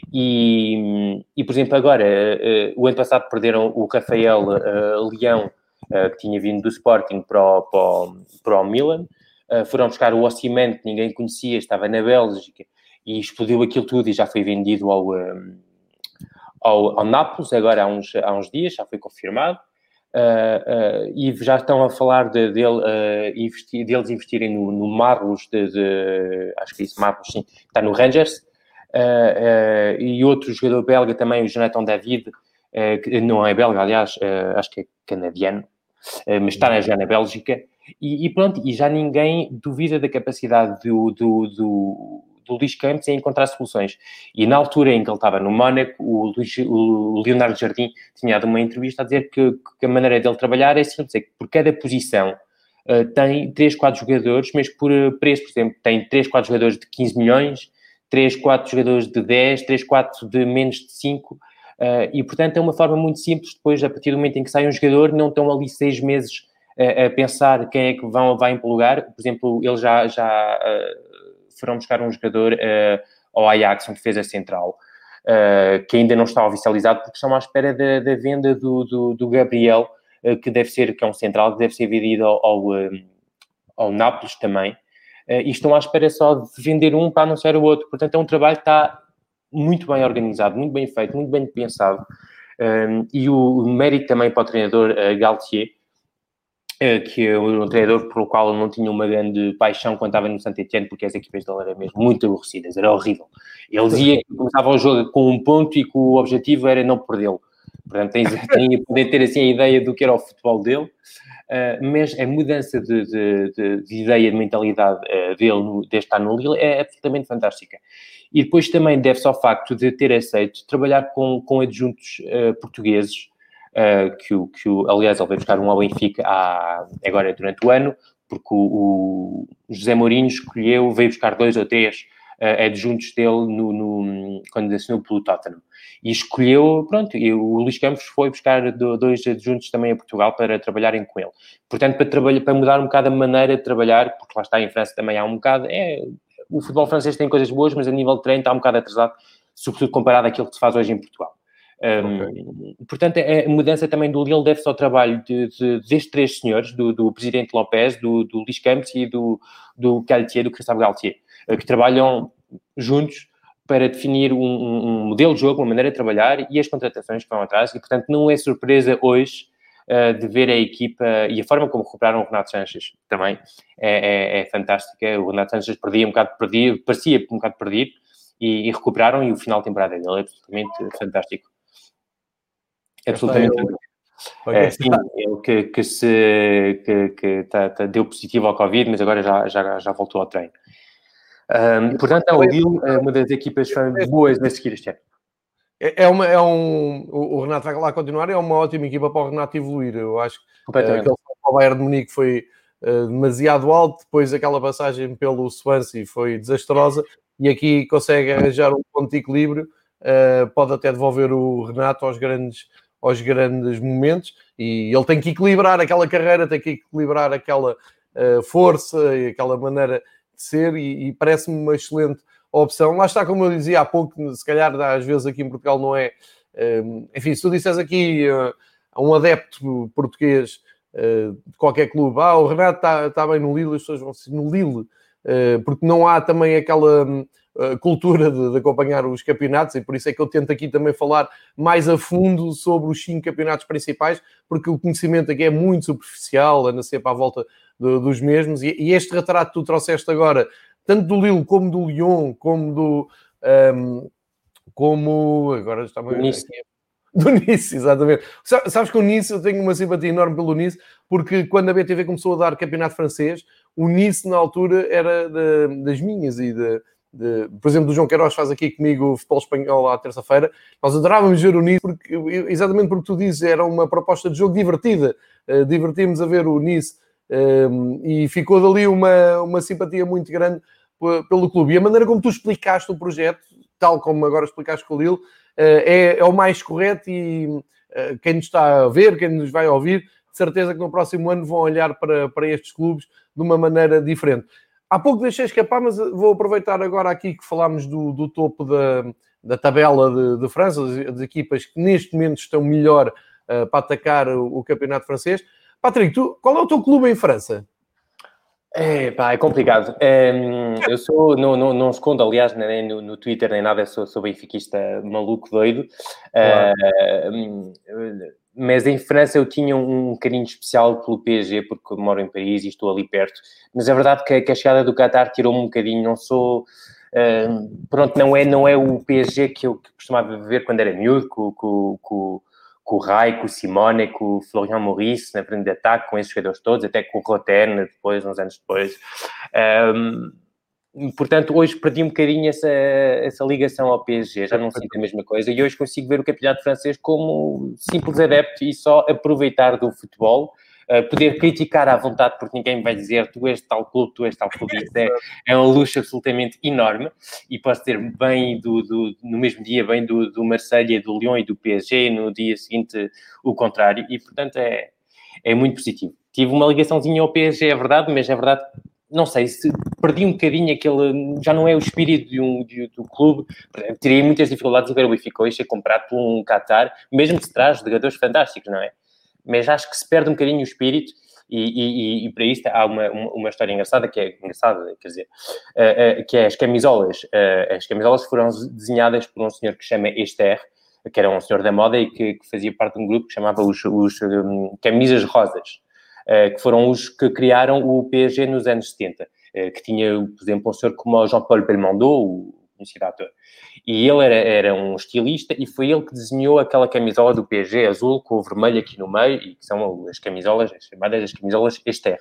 E, e por exemplo, agora, uh, o ano passado perderam o Rafael uh, Leão, Uh, que tinha vindo do Sporting para o, para o, para o Milan, uh, foram buscar o Osimhen, que ninguém conhecia, estava na Bélgica, e explodiu aquilo tudo e já foi vendido ao, um, ao, ao Nápoles, agora há uns, há uns dias, já foi confirmado, uh, uh, e já estão a falar de, de, uh, investir, deles investirem no, no Marlos, de, de, acho que é isso, Marlos, sim, está no Rangers, uh, uh, e outro jogador belga também, o Jonathan David, uh, que não é belga, aliás, uh, acho que é canadiano, mas está já na Bélgica, e, e pronto, e já ninguém duvida da capacidade do, do, do, do Luís Campos em encontrar soluções. E na altura em que ele estava no Mónaco, o, Luís, o Leonardo Jardim tinha dado uma entrevista a dizer que, que a maneira dele trabalhar é simples, é que por cada posição uh, tem três, quatro jogadores, mas por preço, por exemplo, tem três, quatro jogadores de quinze milhões, três, quatro jogadores de dez, três, quatro de menos de cinco. Uh, e, portanto, é uma forma muito simples. Depois, a partir do momento em que sai um jogador, não estão ali seis meses uh, a pensar quem é que vão, vai empolgar. Por exemplo, eles já, já uh, foram buscar um jogador uh, ao Ajax, um defesa central, uh, que ainda não está oficializado, porque estão à espera da, da venda do, do, do Gabriel, uh, que deve ser, que é um central, que deve ser vendido ao, ao, um, ao Nápoles também. Uh, e estão à espera só de vender um para anunciar o outro. Portanto, é um trabalho que está muito bem organizado, muito bem feito, muito bem pensado. Um, e o, o mérito também para o treinador uh, Galtier, uh, que é um treinador pelo qual eu não tinha uma grande paixão quando estava no Saint-Étienne, porque as equipas dele eram mesmo muito aborrecidas, era horrível. Ele dizia que começava o jogo com um ponto e que o objetivo era não perdê-lo. Portanto, tem, tem poder ter assim a ideia do que era o futebol dele. Uh, mas a mudança de, de, de, de ideia, de mentalidade uh, dele, no, de estar no Lille, é absolutamente fantástica. E depois também deve-se ao facto de ter aceito trabalhar com, com adjuntos uh, portugueses, uh, que, o, que o, aliás, ele veio buscar um ao Benfica há, agora durante o ano, porque o, o José Mourinho escolheu, veio buscar dois ou três adjuntos dele no, no, quando assinou pelo Tottenham. E escolheu, pronto, e o Luís Campos foi buscar dois adjuntos também a Portugal para trabalharem com ele. Portanto, para, trabalhar, para mudar um bocado a maneira de trabalhar, porque lá está, em França também há um bocado, é, o futebol francês tem coisas boas, mas a nível de treino está um bocado atrasado, sobretudo comparado àquilo que se faz hoje em Portugal. Um, okay. Portanto, a mudança também do Lille deve-se ao trabalho de, de, destes três senhores, do, do presidente Lopes, do, do Luís Campos e do, do Galtier, do Christophe Galtier, que trabalham juntos para definir um, um modelo de jogo, uma maneira de trabalhar e as contratações que vão atrás. E, portanto, não é surpresa hoje uh, de ver a equipa e a forma como recuperaram o Renato Sanches também é, é, é fantástica. O Renato Sanches perdia um bocado perdido, parecia um bocado perdido e, e recuperaram, e o final de temporada dele é absolutamente fantástico. Absolutamente. É, sim, ele que, que, se, que, que tá, tá, deu positivo ao Covid, mas agora já, já, já voltou ao treino. Um, portanto, não, o Lille é uma das equipas boas a seguir este ano. É, uma, é um... O Renato vai lá continuar, é uma ótima equipa para o Renato evoluir. Eu acho que uh, aquele salto ao Bayern de Munique foi uh, demasiado alto, depois aquela passagem pelo Swansea foi desastrosa, e aqui consegue arranjar um ponto de equilíbrio, uh, pode até devolver o Renato aos grandes... aos grandes momentos, e ele tem que equilibrar aquela carreira, tem que equilibrar aquela uh, força e aquela maneira de ser, e, e parece-me uma excelente opção. Lá está, como eu dizia há pouco, se calhar às vezes aqui em Portugal não é... Uh, enfim, se tu disseres aqui uh, a um adepto português uh, de qualquer clube, ah, o Renato está tá bem no Lille, as pessoas vão ser no Lille, uh, porque não há também aquela... Uh, cultura de, de acompanhar os campeonatos, e por isso é que eu tento aqui também falar mais a fundo sobre os cinco campeonatos principais, porque o conhecimento aqui é muito superficial, anda sempre à volta de, dos mesmos, e, e este retrato que tu trouxeste agora, tanto do Lille como do Lyon, como do... Um, como... agora está do Nice. Do Nice, exatamente. Sabes que o Nice, eu tenho uma simpatia enorme pelo Nice, porque quando a B T V começou a dar campeonato francês, o Nice na altura era de, das minhas e de... De, por exemplo, o João Queiroz faz aqui comigo o futebol espanhol à terça-feira. Nós adorávamos ver o Nice, porque, exatamente porque tu dizes, era uma proposta de jogo divertida. Uh, divertimos a ver o Nice um, e ficou dali uma, uma simpatia muito grande p- pelo clube. E a maneira como tu explicaste o projeto, tal como agora explicaste com o Lille, uh, é, é o mais correto, e uh, quem nos está a ver, quem nos vai ouvir, de certeza que no próximo ano vão olhar para, para estes clubes de uma maneira diferente. Há pouco deixei escapar, mas vou aproveitar agora aqui que falámos do, do topo da, da tabela de, de França, as, as equipas que neste momento estão melhor uh, para atacar o, o campeonato francês. Patrick, tu, qual é o teu clube em França? É, pá, é complicado. É, eu sou, não, não, não escondo, aliás, nem no, no Twitter nem nada, sou, sou benfiquista maluco, doido. Claro. Uh, mas em França eu tinha um carinho especial pelo P S G, porque moro em Paris e estou ali perto. Mas é verdade que, que a chegada do Qatar tirou-me um bocadinho. Não sou... Uh, pronto, não é, não é o P S G que eu costumava ver quando era miúdo, com, com, com, com o Rai, com o Simone, com o Florian Maurice na frente de ataque, com esses jogadores todos, até com o Roten depois, uns anos depois. Um, portanto, hoje perdi um bocadinho essa, essa ligação ao P S G, já não sinto a mesma coisa, e hoje consigo ver o campeonato francês como simples adepto e só aproveitar do futebol, uh, poder criticar à vontade, porque ninguém me vai dizer tu és tal clube, tu és tal clube. Isso é, é um luxo absolutamente enorme, e posso ter bem do, do, no mesmo dia bem do, do Marselha, do Lyon e do P S G, no dia seguinte o contrário, e portanto é, é muito positivo. Tive uma ligaçãozinha ao P S G, é verdade, mas é verdade, não sei, se perdi um bocadinho aquele... Já não é o espírito de um, de, do clube. Tirei muitas dificuldades em ver o Benfica hoje ser comprado por um Qatar, mesmo que se traz jogadores fantásticos, não é? Mas acho que se perde um bocadinho o espírito, e, e, e para isso há uma, uma, uma história engraçada, que é engraçada, quer dizer, uh, uh, que é as camisolas. Uh, as camisolas foram desenhadas por um senhor que se chama Esther, que era um senhor da moda e que, que fazia parte de um grupo que chamava os, os um, Camisas Rosas. Uh, que foram os que criaram o P S G nos anos setenta, uh, que tinha, por exemplo, um senhor como o Jean-Paul Belmondo, o conhecido ator, e ele era, era um estilista, e foi ele que desenhou aquela camisola do P S G azul com o vermelho aqui no meio, e que são as camisolas, as chamadas as camisolas Esther.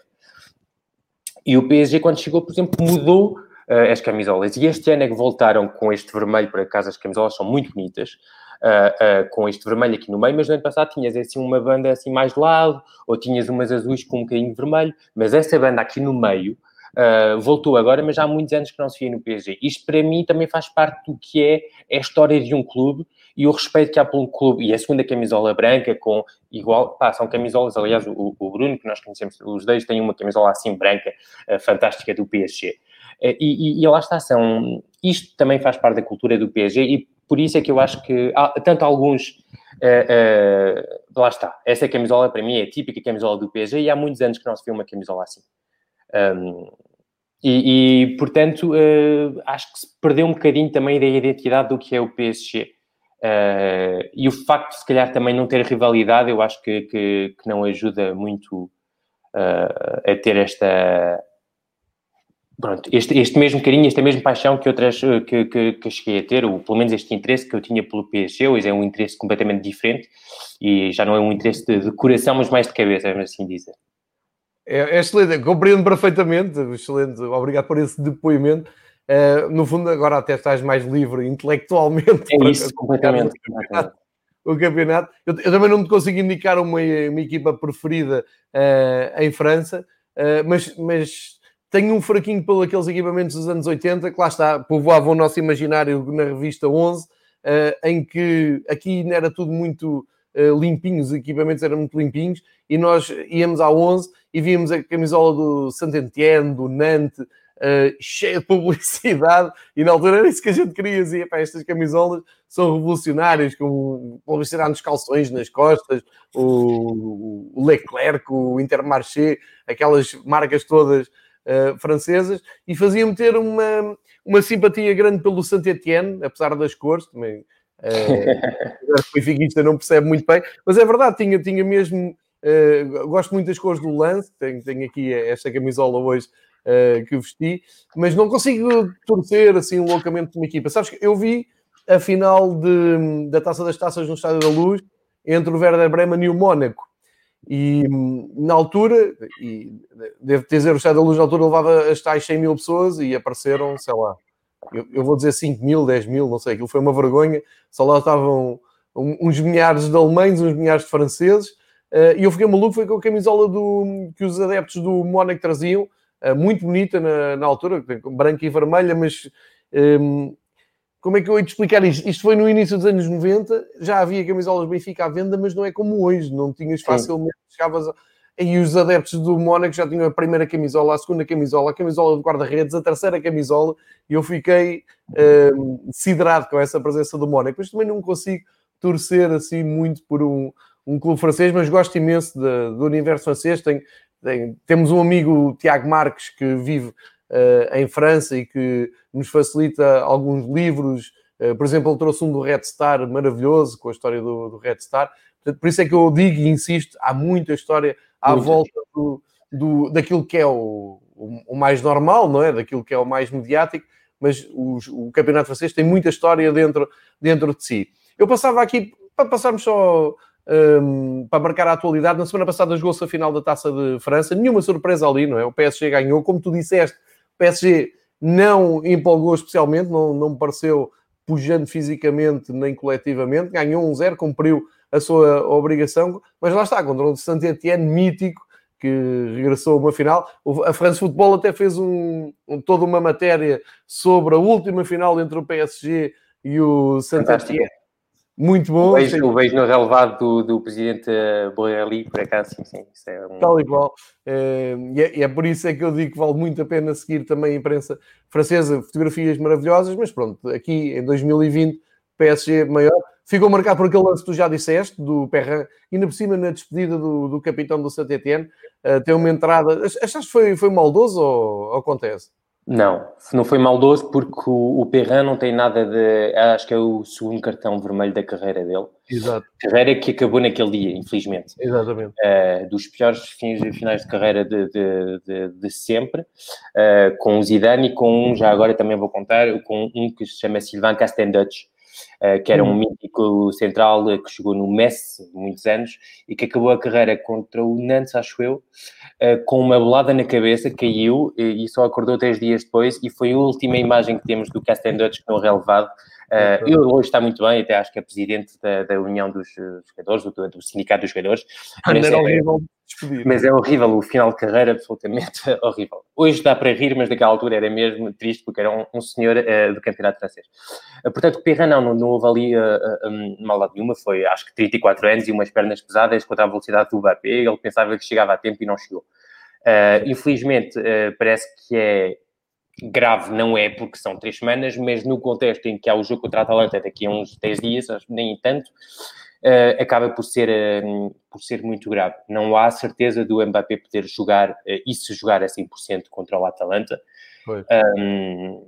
E o P S G, quando chegou, por exemplo, mudou uh, as camisolas, e este ano é que voltaram com este vermelho, por acaso as camisolas são muito bonitas, Uh, uh, com este vermelho aqui no meio, mas no ano passado tinhas assim uma banda assim mais de lado, ou tinhas umas azuis com um bocadinho de vermelho, mas essa banda aqui no meio Uh, voltou agora, mas já há muitos anos que não se via no P S G. Isto, para mim, também faz parte do que é, é a história de um clube e o respeito que há por um clube. E a segunda camisola branca com igual... Pá, são camisolas, aliás, o, o Bruno, que nós conhecemos, os dois têm uma camisola assim branca, uh, fantástica do P S G. Uh, e, e, e lá está, são... Isto também faz parte da cultura do P S G e por isso é que eu acho que há, tanto alguns... Uh, uh, lá está. Essa camisola, para mim, é a típica camisola do P S G e há muitos anos que não se vê uma camisola assim. Um, e, e, portanto, uh, acho que se perdeu um bocadinho também da identidade do que é o P S G. Uh, e o facto de, se calhar, também não ter rivalidade, eu acho que, que, que não ajuda muito uh, a ter esta... Pronto, este, este mesmo carinho, esta mesma paixão que outras que, que, que cheguei a ter, ou pelo menos este interesse que eu tinha pelo P S G, hoje é um interesse completamente diferente e já não é um interesse de, de coração, mas mais de cabeça, vamos assim dizer. É, é excelente, compreendo perfeitamente, excelente, obrigado por esse depoimento. Uh, no fundo, agora até estás mais livre intelectualmente. É para isso, completamente. O campeonato. O campeonato. Eu, eu também não te consigo indicar uma, uma equipa preferida uh, em França, uh, mas, mas tenho um fraquinho pelos aqueles equipamentos dos anos oitenta, que lá está, povoavam o nosso imaginário na revista onze, uh, em que aqui era tudo muito uh, limpinho, os equipamentos eram muito limpinhos, e nós íamos à onze e víamos a camisola do Saint-Étienne, do Nantes, uh, cheia de publicidade, e na altura era isso que a gente queria dizer, pá, estas camisolas são revolucionárias, com publicidade nos calções, nas costas, o, o Leclerc, o Intermarché, aquelas marcas todas uh, francesas, e fazia-me ter uma, uma simpatia grande pelo Saint-Étienne, apesar das cores, também uh, o benfiquista não percebe muito bem, mas é verdade, tinha, tinha mesmo... Uh, gosto muito das cores do Lance, tenho, tenho aqui esta camisola hoje uh, que vesti, mas não consigo torcer assim loucamente por uma equipa. Sabes que eu vi a final de, da Taça das Taças no Estádio da Luz entre o Werder Bremen e o Mónaco. E na altura, e devo dizer, o Estádio da Luz na altura levava as tais cem mil pessoas e apareceram, sei lá, eu, eu vou dizer cinco mil, dez mil, não sei, aquilo foi uma vergonha. Só lá estavam uns milhares de alemães, uns milhares de franceses. Uh, e eu fiquei maluco, foi com a camisola do, que os adeptos do Mónaco traziam, uh, muito bonita na, na altura, branca e vermelha, mas um, como é que eu ia te explicar isto? Isto foi no início dos anos noventa, já havia camisolas Benfica à venda, mas não é como hoje, não tinhas facilmente, chegavas a... E os adeptos do Mónaco já tinham a primeira camisola, a segunda camisola, a camisola de guarda-redes, a terceira camisola, e eu fiquei um, siderado com essa presença do Mónaco, mas também não consigo torcer assim muito por um um clube francês, mas gosto imenso de, do universo francês. Tem, tem, temos um amigo, o Tiago Marques, que vive uh, em França e que nos facilita alguns livros. Uh, por exemplo, ele trouxe um do Red Star maravilhoso, com a história do, do Red Star. Portanto, por isso é que eu digo e insisto, há muita história à Muito volta do, do, daquilo que é o, o, o mais normal, não é? Daquilo que é o mais mediático, mas os, o campeonato francês tem muita história dentro, dentro de si. Eu passava aqui, para passarmos só... Um, para marcar a atualidade, na semana passada jogou-se a final da Taça de França, nenhuma surpresa ali, não é? O P S G ganhou, como tu disseste, o P S G não empolgou especialmente, não, não me pareceu pujante fisicamente nem coletivamente, ganhou um zero, cumpriu a sua obrigação, mas lá está, contra o Saint-Étienne mítico, que regressou a uma final. A France Football até fez um, um, toda uma matéria sobre a última final entre o P S G e o Saint-Étienne. Muito bom. O beijo, o beijo no relevado do, do presidente Borrelli, por acaso, sim, sim. Isso é um... Tal e qual. É, e, é, e é por isso é que eu digo que vale muito a pena seguir também a imprensa francesa, fotografias maravilhosas, mas pronto, aqui em dois mil e vinte, P S G maior. Ficou marcado por aquele lance que tu já disseste, do Perrin, e ainda por cima na despedida do, do capitão do Saint-Étienne, uh, tem uma entrada... Achaste que foi, foi maldoso ou, ou acontece? Não, não foi maldoso porque o, o Perrin não tem nada de... Acho que é o segundo cartão vermelho da carreira dele. Exato. Carreira que acabou naquele dia, infelizmente. Exatamente. Uh, dos piores fins, finais de carreira de, de, de, de sempre, uh, com o Zidane e com um, já agora também vou contar, com um que se chama Sylvain Castenduch, uh, que era um mítico central que jogou no Metz muitos anos e que acabou a carreira contra o Nantes, acho eu, uh, com uma bolada na cabeça, caiu e, e só acordou três dias depois, e foi a última imagem que temos do Castenduch no relevado. Uh, ele hoje está muito bem, até acho que é presidente da, da União dos Jogadores, do, do Sindicato dos Jogadores. Mas era horrível despedir. Mas é horrível, o final de carreira absolutamente horrível. Hoje dá para rir, mas naquela altura era mesmo triste, porque era um, um senhor uh, do campeonato francês. Uh, portanto, o Perrin não, não, não houve ali uh, uh, um, maldade nenhuma, foi acho que trinta e quatro anos e umas pernas pesadas contra a velocidade do Mbappé, ele pensava que chegava a tempo e não chegou. Uh, infelizmente, uh, parece que é grave, não é, porque são três semanas, mas no contexto em que há o jogo contra a Atalanta daqui a uns dez dias, nem tanto, Uh, acaba por ser, uh, por ser muito grave. Não há certeza do Mbappé poder jogar, uh, e se jogar a cem por cento contra o Atalanta. Um,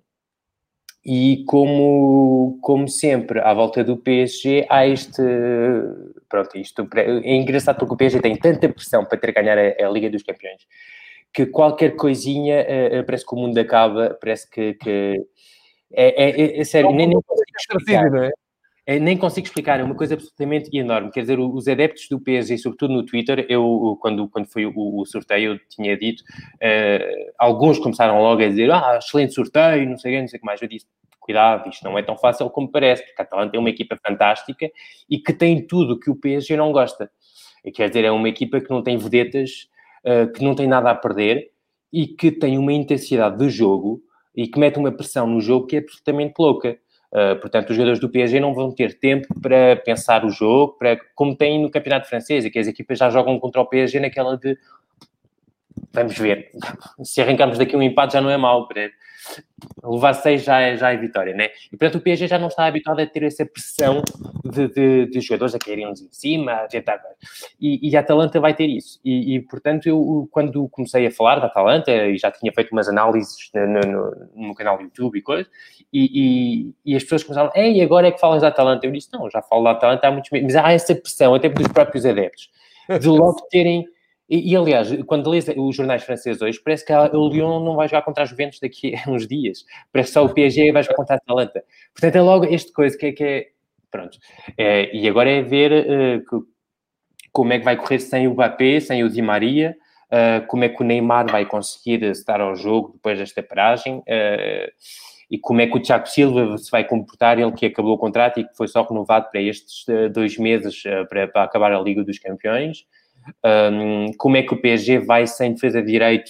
e como, como sempre, à volta do P S G, há este... Pronto, isto é engraçado porque o P S G tem tanta pressão para ter ganhar a, a Liga dos Campeões, que qualquer coisinha uh, parece que o mundo acaba, parece que... que é, é, é, é sério, nem, nem consigo explicar. Não é? É, nem consigo explicar, é uma coisa absolutamente enorme. Quer dizer, os adeptos do P S G, sobretudo no Twitter, eu, quando, quando foi o, o sorteio, eu tinha dito, uh, alguns começaram logo a dizer, ah, excelente sorteio, não sei o que, não sei o que mais. Eu disse, cuidado, isto não é tão fácil como parece, porque a Atalanta é uma equipa fantástica e que tem tudo que o P S G não gosta. E, quer dizer, é uma equipa que não tem vedetas, uh, que não tem nada a perder e que tem uma intensidade de jogo e que mete uma pressão no jogo que é absolutamente louca. Uh, portanto, os jogadores do P S G não vão ter tempo para pensar o jogo, para, como tem no campeonato francês, e que as equipas já jogam contra o P S G naquela de vamos ver, se arrancarmos daqui um empate já não é mau, para levar seis já é, já é vitória, né? E portanto o P S G já não está habituado a ter essa pressão de, de, de jogadores a caírem-nos em cima, a tentar... E, e a Atalanta vai ter isso. E, e portanto eu, quando comecei a falar da Atalanta, e já tinha feito umas análises no, no, no meu canal do YouTube e coisas, e, e, e as pessoas começaram, ei, agora é que falas da Atalanta? Eu disse, não, já falo da Atalanta há muitos meses, mas há essa pressão, até dos próprios adeptos, de logo terem... E, e, aliás, quando lês os jornais franceses hoje, parece que o Lyon não vai jogar contra a Juventus daqui a uns dias. Parece que só o P S G vai jogar contra a Atalanta. Portanto, é logo este coisa que é... Que é pronto. É, e agora é ver uh, que, como é que vai correr sem o Mbappé, sem o Di Maria, uh, como é que o Neymar vai conseguir estar ao jogo depois desta paragem, uh, e como é que o Thiago Silva se vai comportar, ele que acabou o contrato e que foi só renovado para estes uh, dois meses uh, para, para acabar a Liga dos Campeões. Um, como é que o P S G vai sem defesa de direito,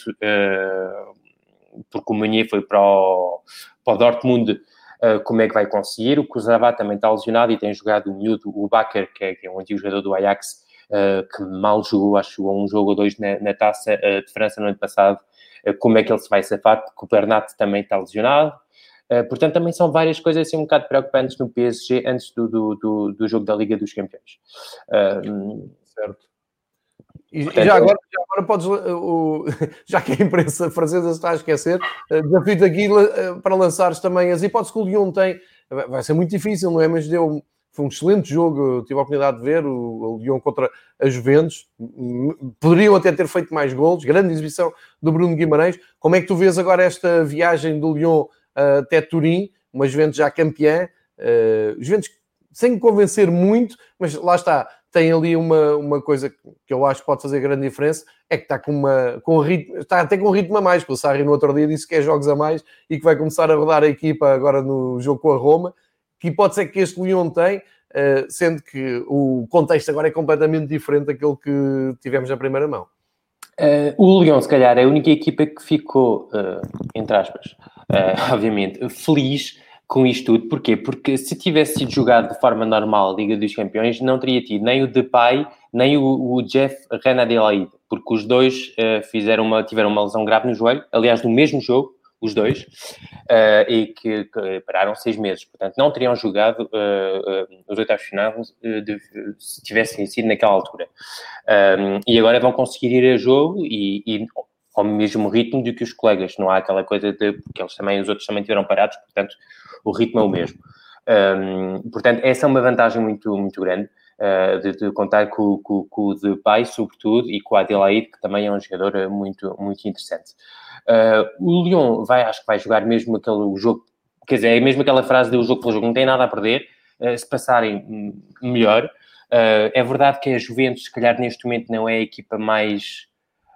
uh, porque o Meunier foi para o, para o Dortmund, uh, como é que vai conseguir? O Kurzawa também está lesionado e tem jogado o miúdo, o Bakker, que é, que é um antigo jogador do Ajax, uh, que mal jogou, acho que jogou um jogo ou dois na, na Taça uh, de França no ano passado. Uh, como é que ele se vai safar? Porque o Bernat também está lesionado. Uh, portanto, também são várias coisas assim um bocado preocupantes no P S G antes do, do, do, do jogo da Liga dos Campeões. Uh, certo. E, Portanto, e já, agora, já agora podes, uh, já que a imprensa francesa está a esquecer, uh, desafio-te aqui uh, para lançares também as hipóteses que o Lyon tem. Vai ser muito difícil, não é? Mas deu, foi um excelente jogo, eu tive a oportunidade de ver o, o Lyon contra a Juventus. Poderiam até ter feito mais golos, grande exibição do Bruno Guimarães. Como é que tu vês agora esta viagem do Lyon uh, até Turim, uma Juventus já campeã, uh, Juventus sem me convencer muito, mas lá está, tem ali uma, uma coisa que eu acho que pode fazer grande diferença, é que está com uma com um ritmo, está até com um ritmo a mais, porque o Sarri no outro dia disse que é jogos a mais e que vai começar a rodar a equipa agora no jogo com a Roma, que pode ser que este Lyon tem, sendo que o contexto agora é completamente diferente daquele que tivemos na primeira mão. Uh, o Lyon, se calhar, é a única equipa que ficou, uh, entre aspas, uh, obviamente, feliz com isto tudo. Porquê? Porque se tivesse sido jogado de forma normal a Liga dos Campeões, não teria tido nem o Depay, nem o, o Jeff Renadelaide, porque os dois uh, fizeram uma, tiveram uma lesão grave no joelho, aliás, no mesmo jogo, os dois, uh, e que, que pararam seis meses. Portanto, não teriam jogado uh, uh, os oitavos finais uh, de, se tivessem sido naquela altura. Um, e agora vão conseguir ir a jogo e, e ao mesmo ritmo do que os colegas. Não há aquela coisa de... Porque eles também, os outros também estiveram parados, portanto, o ritmo é o mesmo. Um, portanto, essa é uma vantagem muito, muito grande, uh, de, de contar com, com, com o Depay, sobretudo, e com o Adelaide, que também é um jogador muito, muito interessante. Uh, o Lyon vai, acho que vai jogar mesmo aquele jogo, quer dizer, é mesmo aquela frase de o jogo pelo jogo, não tem nada a perder, uh, se passarem melhor. Uh, é verdade que a Juventus, se calhar neste momento, não é a equipa mais,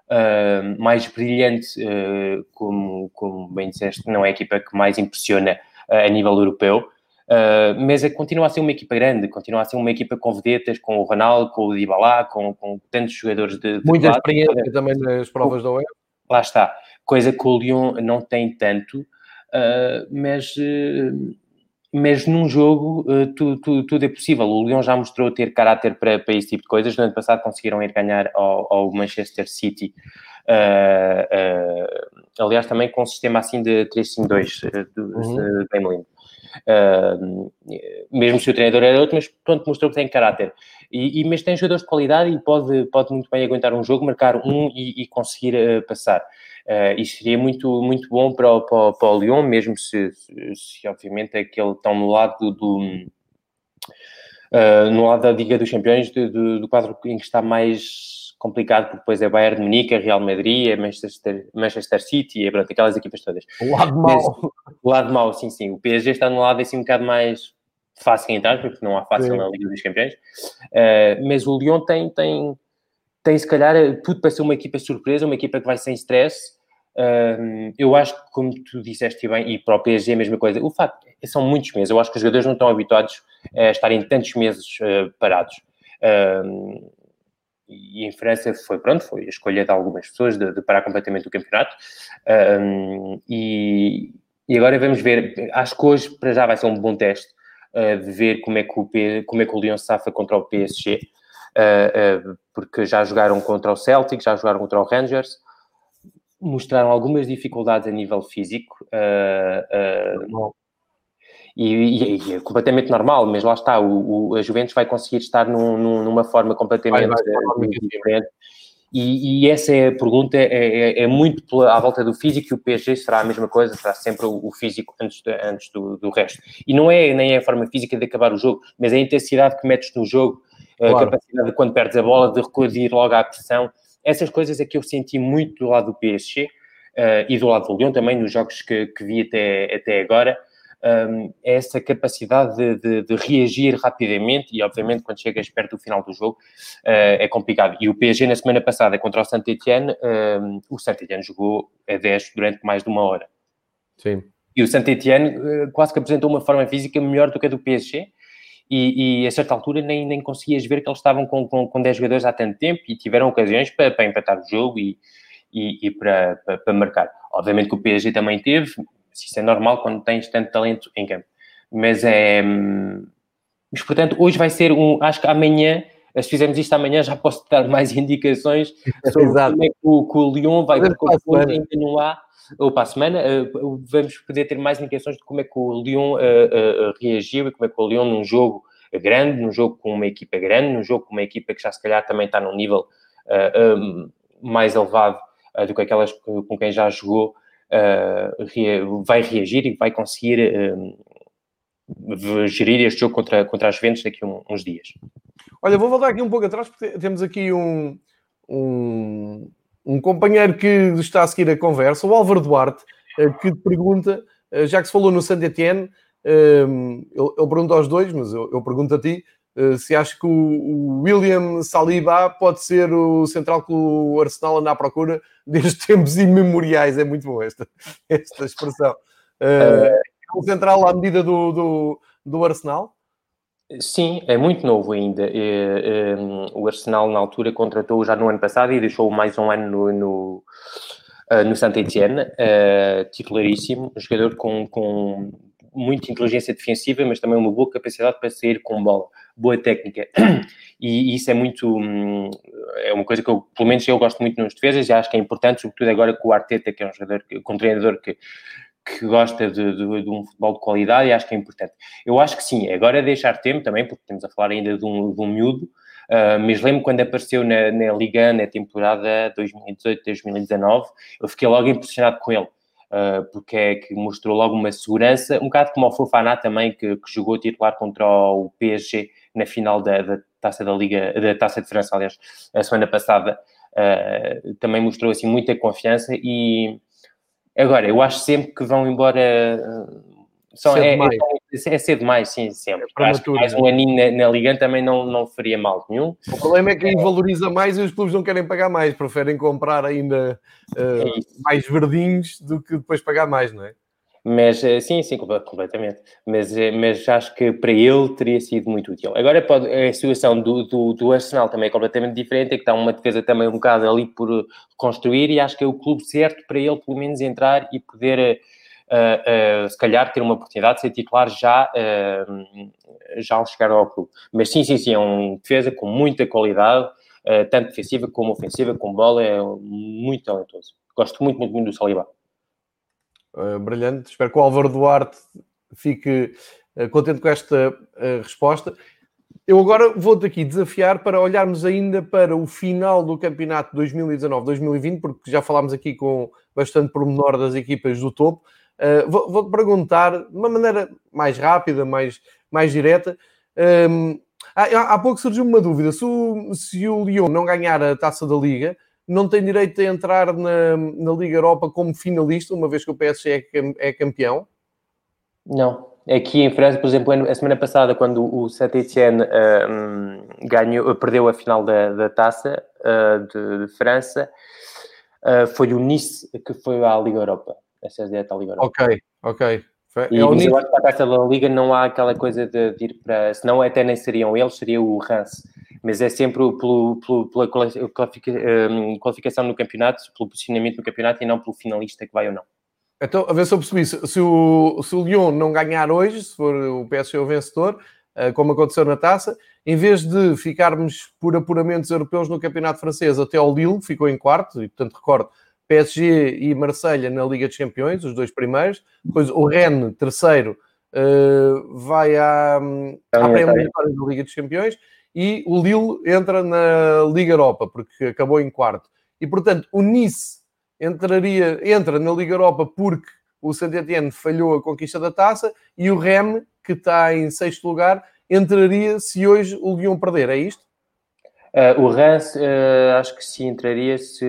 uh, mais brilhante, uh, como, como bem disseste, não é a equipa que mais impressiona uh, a nível europeu, Uh, mas é, continua a ser uma equipa grande, continua a ser uma equipa com vedetas, com o Ronaldo, com o Dybala, com, com tantos jogadores de, de muita classe. experiência também nas provas da UEFA. Lá está, coisa que o Lyon não tem tanto, uh, mas, uh, mas num jogo uh, tudo, tudo, tudo é possível. O Lyon já mostrou ter caráter para, para esse tipo de coisas. No ano passado conseguiram ir ganhar ao, ao Manchester City, uh, uh, aliás também com um sistema assim de três cinco dois, uh, do, uhum. bem lindo. Uh, mesmo se o treinador era outro, mas pronto, mostrou que tem caráter e, e, mas tem jogadores de qualidade e pode, pode muito bem aguentar um jogo, marcar um e, e conseguir uh, passar. Uh, isso seria muito, muito bom para o, para, para o Lyon, mesmo se, se, se obviamente é que eles estão no lado do, do uh, no lado da Liga dos Campeões, do, do, do quadro em que está mais complicado, porque depois é Bayern de Munique, é Real Madrid, é Manchester, Manchester City, é pronto, aquelas equipas todas. O lado mau. O lado mau, sim, sim. O P S G está no lado assim um bocado mais fácil em entrar, porque não há fácil sim. na Liga dos Campeões. Uh, mas o Lyon tem, tem, tem, se calhar, tudo para ser uma equipa surpresa, uma equipa que vai sem stress. Uh, eu acho que, como tu disseste bem, e para o P S G a mesma coisa, o facto, são muitos meses. Eu acho que os jogadores não estão habituados a estarem tantos meses uh, parados. Uh, E em França foi, pronto, foi a escolha de algumas pessoas de, de parar completamente o campeonato. Um, e, e agora vamos ver, acho que hoje para já vai ser um bom teste uh, de ver como é que o, P, como é que o Lyon safa contra o P S G, uh, uh, porque já jogaram contra o Celtic, já jogaram contra o Rangers, mostraram algumas dificuldades a nível físico. Uh, uh, E, e, e é completamente normal, mas lá está, o, o, a Juventus vai conseguir estar num, num, numa forma completamente vai, vai, diferente. E, e essa é a pergunta, é, é, é muito pela, à volta do físico, e o P S G será a mesma coisa, será sempre o, o físico antes, de, antes do, do resto. E não é nem é a forma física de acabar o jogo, mas é a intensidade que metes no jogo, claro. A capacidade de quando perdes a bola, de recolher logo à pressão. Essas coisas é que eu senti muito do lado do P S G, uh, e do lado do Lyon também, nos jogos que, que vi até, até agora. Um, essa capacidade de, de, de reagir rapidamente e, obviamente, quando chegas perto do final do jogo, uh, é complicado. E o P S G, na semana passada, contra o Saint-Étienne, um, o Saint-Étienne jogou a dez durante mais de uma hora. Sim. E o Saint-Étienne uh, quase que apresentou uma forma física melhor do que a do P S G e, e a certa altura, nem, nem conseguias ver que eles estavam com, com, com dez jogadores há tanto tempo e tiveram ocasiões para, para empatar o jogo e, e, e para, para, para marcar. Obviamente que o P S G também teve... Isso é normal quando tens tanto talento em campo. Mas é... Mas, portanto, hoje vai ser um... Acho que amanhã, se fizermos isto amanhã, já posso dar mais indicações sobre como é que o, que o Lyon vai... Porque ainda não há... Ou para a semana, uh, vamos poder ter mais indicações de como é que o Lyon uh, uh, reagiu e como é que o Lyon num jogo grande, num jogo com uma equipa grande, num jogo com uma equipa que já se calhar também está num nível uh, um, mais elevado uh, do que aquelas com quem já jogou, Uh, rea- vai reagir e vai conseguir uh, gerir este jogo contra, contra as Juventus daqui a um, uns dias. Olha, vou voltar aqui um pouco atrás, porque temos aqui um, um, um companheiro que está a seguir a conversa, o Álvaro Duarte, uh, que te pergunta, uh, já que se falou no Saint-Étienne, uh, ele, ele pergunta aos dois, mas eu, eu pergunto a ti, Uh, se acha que o, o William Saliba pode ser o central que o Arsenal anda à procura desde tempos imemoriais. É muito boa esta, esta expressão. Uh, é um central à medida do, do, do Arsenal? Sim, é muito novo ainda. É, é, o Arsenal, na altura, contratou já no ano passado e deixou mais um ano no, no, no Saint-Étienne, uh, titularíssimo, um jogador com... com muita inteligência defensiva, mas também uma boa capacidade para sair com bola, boa técnica. E isso é muito... É uma coisa que eu, pelo menos, eu gosto muito nos defesas e acho que é importante, sobretudo agora com o Arteta, que é um jogador, com um treinador que, que gosta de, de, de um futebol de qualidade, e acho que é importante. Eu acho que sim, agora é deixar tempo também, porque estamos a falar ainda de um, de um miúdo, uh, mas lembro quando apareceu na, na Liga, na temporada dois mil e dezoito, dois mil e dezanove, eu fiquei logo impressionado com ele. Uh, porque é que mostrou logo uma segurança, um bocado como o Fofana também, que, que jogou titular contra o P S G na final da, da Taça da Liga, da Taça de França, aliás, a semana passada, uh, também mostrou assim muita confiança. E agora, eu acho sempre que vão embora... Uh, são, cedo é, demais. É, é cedo demais, sim, sempre. É acho que mais um aninho na, na Liga também não, não faria mal nenhum. O problema é que aí valoriza mais e os clubes não querem pagar mais, preferem comprar ainda uh, é mais verdinhos do que depois pagar mais, não é? Mas, sim, sim, completamente. Mas, mas acho que para ele teria sido muito útil. Agora, pode, a situação do, do, do Arsenal também é completamente diferente, é que está uma defesa também um bocado ali por construir, e acho que é o clube certo para ele, pelo menos, entrar e poder, uh, uh, se calhar, ter uma oportunidade de ser titular já, uh, já ao chegar ao clube. Mas, sim, sim, sim, é uma defesa com muita qualidade, uh, tanto defensiva como ofensiva, com bola, é muito talentoso. Gosto muito, muito, muito do Saliba. Uh, brilhante. Espero que o Álvaro Duarte fique uh, contente com esta uh, resposta. Eu agora vou-te aqui desafiar para olharmos ainda para o final do campeonato dois mil e dezanove dois mil e vinte, porque já falámos aqui com bastante pormenor das equipas do topo. Uh, vou, vou-te perguntar, de uma maneira mais rápida, mais, mais direta, um, há, há pouco surgiu uma dúvida. Se o, se o Lyon não ganhar a Taça da Liga, não tem direito a entrar na, na Liga Europa como finalista, uma vez que o P S G é, é campeão? Não. Aqui em França, por exemplo, a semana passada, quando o Saint-Étienne uh, ganhou, perdeu a final da, da Taça uh, de, de França, uh, foi o Nice que foi à Liga Europa. Essa é direto à Liga Europa. Ok, ok. E, é o mas Nice... eu acho que a Taça da Liga não há aquela coisa de, de ir para... Senão até nem seriam eles, seria o Reims. Mas é sempre pelo, pelo, pela qualificação no campeonato, pelo posicionamento no campeonato e não pelo finalista que vai ou não. Então, a ver se eu percebi. Se, se, o, se o Lyon não ganhar hoje, se for o P S G o vencedor, uh, como aconteceu na Taça, em vez de ficarmos por apuramentos europeus no campeonato francês até ao Lille, que ficou em quarto, e portanto recordo, P S G e Marselha na Liga dos Campeões, os dois primeiros, depois o Rennes, terceiro, uh, vai à, à pré-eliminatória da Liga dos Campeões, e o Lille entra na Liga Europa, porque acabou em quarto. E portanto, o Nice entraria, entra na Liga Europa porque o Saint-Étienne falhou a conquista da Taça, e o Rennes, que está em sexto lugar, entraria se hoje o Lyon perder, é isto? Uh, o Reims, uh, acho que sim, entraria se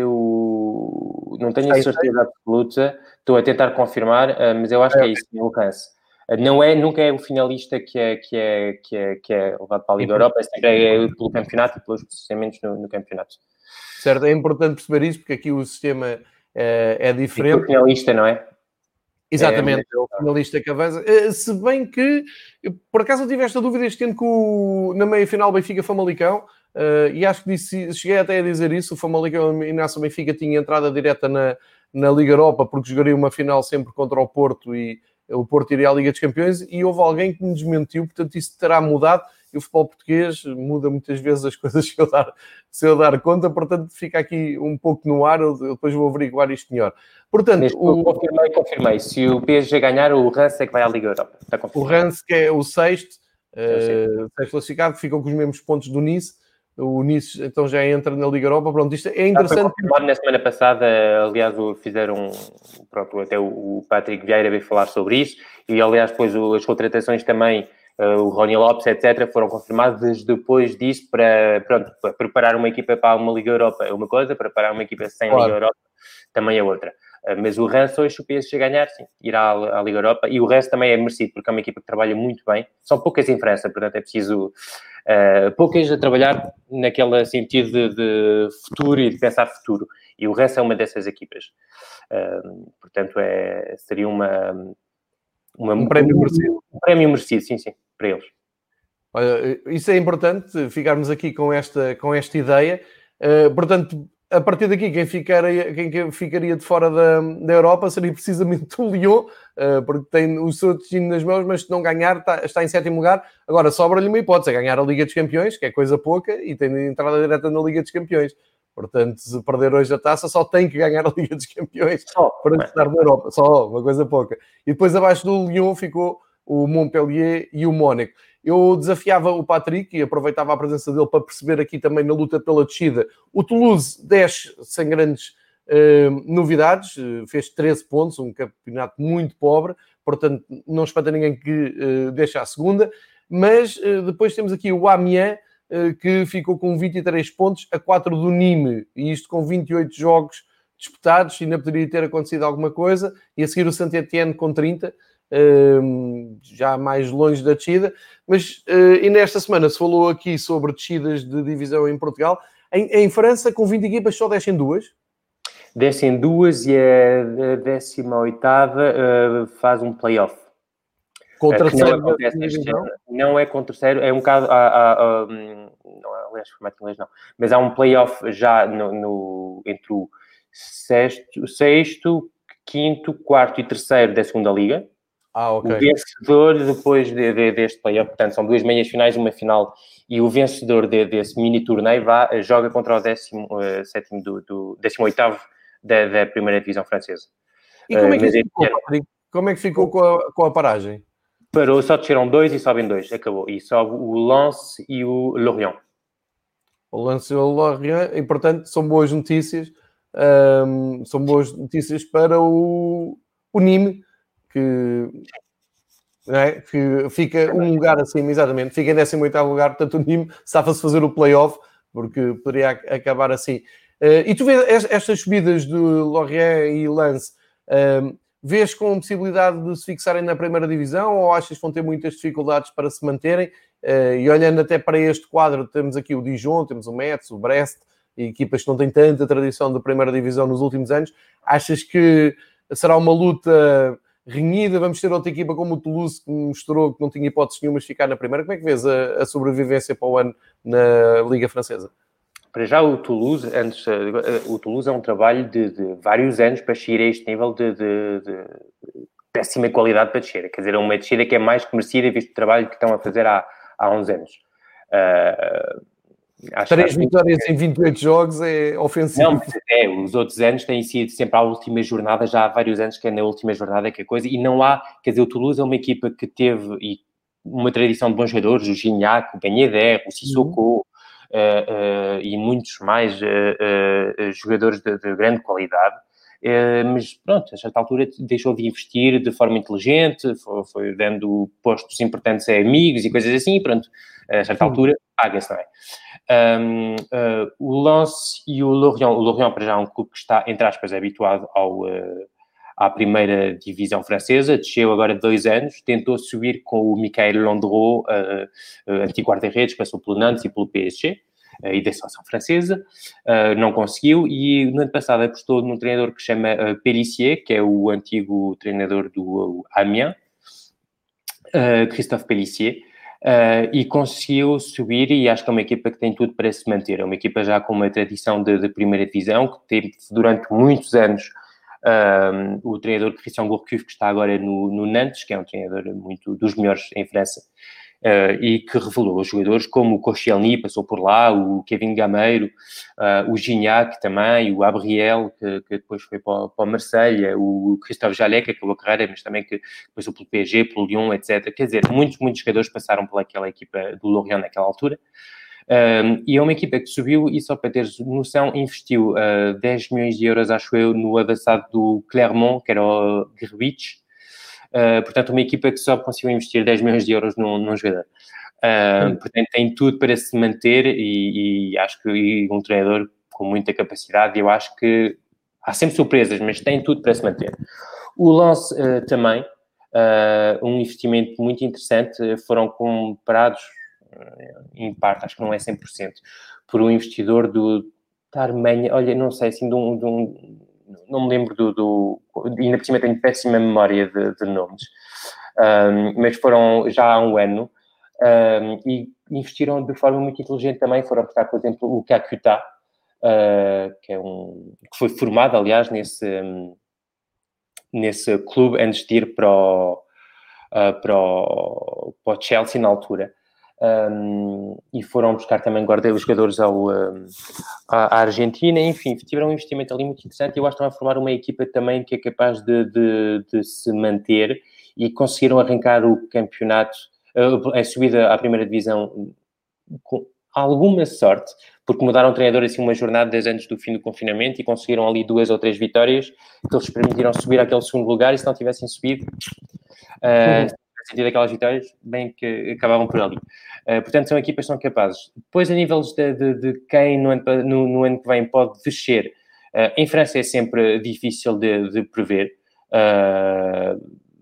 o... Não tenho a certeza absoluta, estou a tentar confirmar, uh, mas eu acho é, que é isso, o Reims. Uh, não é, nunca é o finalista que é, que é, que é, que é levado para a Liga uhum. Europa, sempre é pelo campeonato e pelos processamentos no, no campeonato. Certo, é importante perceber isso, porque aqui o sistema é, é diferente. E o finalista, não é? Exatamente, é o finalista que avança. Se bem que, por acaso eu tive esta dúvida este ano que o, na meia-final Benfica-Famalicão, uh, e acho que disse, cheguei até a dizer isso, o Famalicão e o Benfica tinha entrada direta na, na Liga Europa, porque jogaria uma final sempre contra o Porto, e o Porto iria à Liga dos Campeões, e houve alguém que me desmentiu, portanto isso terá mudado, e o futebol português muda muitas vezes as coisas se eu dar, se eu dar conta, portanto fica aqui um pouco no ar, eu depois vou averiguar isto melhor. Portanto, o... confirmei, confirmei, se o P S G ganhar, o Reims é que vai à Liga Europa. Está o Reims, que é o sexto, uh, sexto classificado, ficam com os mesmos pontos do Nice. O Nice então já entra na Liga Europa. Pronto, isto é interessante. Ah, foi confirmado na semana passada, aliás, fizeram, pronto, até o Patrick Vieira veio falar sobre isso, e aliás depois as contratações também, uh, o Rony Lopes, etcétera, foram confirmadas depois disso para, pronto, para preparar uma equipa para uma Liga Europa é uma coisa, preparar uma equipa sem claro. Liga Europa também é outra. Uh, mas o Reims hoje, se o P S G ganhar, sim, irá à, à Liga Europa, e o Reims também é merecido, porque é uma equipa que trabalha muito bem. São poucas em França, portanto é preciso... Uh, poucas a trabalhar naquele sentido de, de futuro e de pensar futuro, e o Reims é uma dessas equipas, uh, portanto é, seria uma, uma um prémio merecido um prémio merecido, sim, sim, para eles. Olha, isso é importante, ficarmos aqui com esta, com esta ideia, uh, portanto a partir daqui, quem ficaria, quem ficaria de fora da, da Europa seria precisamente o Lyon, porque tem o seu destino nas mãos, mas se não ganhar, está, está em sétimo lugar. Agora, sobra-lhe uma hipótese, é ganhar a Liga dos Campeões, que é coisa pouca, e tem entrada direta na Liga dos Campeões. Portanto, se perder hoje a taça, só tem que ganhar a Liga dos Campeões só, para estar na Europa. Só, uma coisa pouca. E depois, abaixo do Lyon, ficou o Montpellier e o Mónaco. Eu desafiava o Patrick e aproveitava a presença dele para perceber aqui também na luta pela descida. O Toulouse desce sem grandes uh, novidades, uh, fez treze pontos, um campeonato muito pobre, portanto não espanta ninguém que uh, deixe a segunda, mas uh, depois temos aqui o Amiens, uh, que ficou com vinte e três pontos, a quatro do Nîmes, e isto com vinte e oito jogos disputados, ainda poderia ter acontecido alguma coisa, e a seguir o Saint-Étienne com trinta, Uh, já mais longe da descida, mas uh, e nesta semana se falou aqui sobre descidas de divisão em Portugal. Em, em França, com vinte equipas, só descem duas? descem duas e a décima oitava uh, faz um play-off. Com o terceiro não, acontece este ano. Não é com o terceiro, é um bocado... Há, há, há, não é, aliás, formato inglês não. Mas há um play-off já no, no, entre o sexto, sexto, quinto, quarto e terceiro da segunda liga. Ah, ok. O vencedor depois de, de, deste play-off, portanto, são duas meias finais, uma final, e o vencedor de, desse mini-torneio vá, joga contra o décimo, uh, sétimo do, do décimo oitavo da, da primeira divisão francesa. E como é que uh, isso ficou, Patrick? Como é que ficou com a, com a paragem? Parou, só desceram dois e sobem dois, acabou. E sobe o Lens e o Lorient. O Lens e o Lorient, e portanto são boas notícias, um, são boas notícias para o, o Nîmes, que, é? que fica um lugar acima, exatamente, fica em décimo oitavo lugar, portanto o Nîmes estava-se a fazer o play-off, porque poderia acabar assim. Uh, e tu vês estas subidas do Lorient e Lens, um, vês com possibilidade de se fixarem na primeira divisão ou achas que vão ter muitas dificuldades para se manterem? Uh, e olhando até para este quadro, temos aqui o Dijon, temos o Metz, o Brest, equipas que não têm tanta tradição da primeira divisão nos últimos anos. Achas que será uma luta renhida? Vamos ter outra equipa como o Toulouse, que mostrou que não tinha hipótese nenhuma de ficar na primeira. Como é que vês a, a sobrevivência para o ano na Liga Francesa? Para já o Toulouse, antes, o Toulouse é um trabalho de, de vários anos para descer a este nível de, de, de péssima qualidade para descer. Quer dizer, é uma descida que é mais que merecida, visto o trabalho que estão a fazer há, há uns anos. Uh, acho Três vitórias que... em vinte e oito jogos é ofensivo. Não, mas é, os outros anos têm sido sempre à última jornada, já há vários anos que é na última jornada que é coisa, e não há, quer dizer, o Toulouse é uma equipa que teve e uma tradição de bons jogadores, o Gignac, o Ben Yedder, o Sissoko, uhum. Uh, uh, e muitos mais uh, uh, jogadores de, de grande qualidade, uh, mas pronto, a certa altura deixou de investir de forma inteligente, foi, foi dando postos importantes a amigos e coisas assim, e pronto, a certa altura paga-se, não é? Um, uh, o Lens e o Lorient, o Lorient para já é um clube que está, entre aspas, habituado ao, uh, à primeira divisão francesa, desceu agora dois anos, tentou subir com o Michael Landreau, uh, uh, antigo guarda-redes, passou pelo Nantes e pelo P S G, uh, e da seleção francesa, uh, não conseguiu, e no ano passado apostou num treinador que se chama uh, Pélissier, que é o antigo treinador do uh, Amiens, uh, Christophe Pélissier, Uh, e conseguiu subir, e acho que é uma equipa que tem tudo para se manter. É uma equipa já com uma tradição de, de primeira divisão, que teve durante muitos anos um, o treinador Christian Gourcuff, que está agora no, no Nantes, que é um treinador muito dos melhores em França, uh, e que revelou os jogadores como o Koscielny, passou por lá, o Kevin Gameiro, uh, o Gignac também, o Abriel, que, que depois foi para, para o Marselha, o Christophe Jallet, que acabou a carreira, mas também que passou pelo P S G, pelo Lyon, etcétera. Quer dizer, muitos, muitos jogadores passaram pelaquela equipa do Lorient naquela altura. Um, e é uma equipa que subiu, e só para teres noção, investiu uh, dez milhões de euros, acho eu, no avançado do Clermont, que era o Grbic. Uh, portanto, uma equipa que só conseguiu investir dez milhões de euros num, num jogador. Uh, portanto, tem tudo para se manter, e, e acho que e um treinador com muita capacidade. Eu acho que há sempre surpresas, mas tem tudo para se manter. O Lens uh, também, uh, um investimento muito interessante, foram comprados, uh, em parte, acho que não é cem por cento, por um investidor do, da Arménia, olha, não sei, assim, de um... De um não me lembro do, do... Ainda por cima tenho péssima memória de, de nomes. Um, mas foram já há um ano, um, e investiram de forma muito inteligente também. Foram apostar, por exemplo, o Kakuta, uh, que é um... que foi formado, aliás, nesse, um, nesse clube antes de ir para o, uh, para o, para o Chelsea na altura. Um, e foram buscar também guarda os jogadores ao, um, à, à Argentina, enfim, tiveram um investimento ali muito interessante, e eu acho que estão a formar uma equipa também que é capaz de, de, de se manter, e conseguiram arrancar o campeonato, a, a subida à primeira divisão com alguma sorte, porque mudaram o treinador assim uma jornada dez anos do fim do confinamento, e conseguiram ali duas ou três vitórias que eles permitiram subir àquele segundo lugar, e se não tivessem subido... Uh, uhum. Sentido aquelas vitórias, bem que acabavam por ali. Uh, portanto, são equipas que são capazes. Depois, a nível de, de, de quem no ano, no, no ano que vem pode descer, uh, em França é sempre difícil de, de prever. Uh,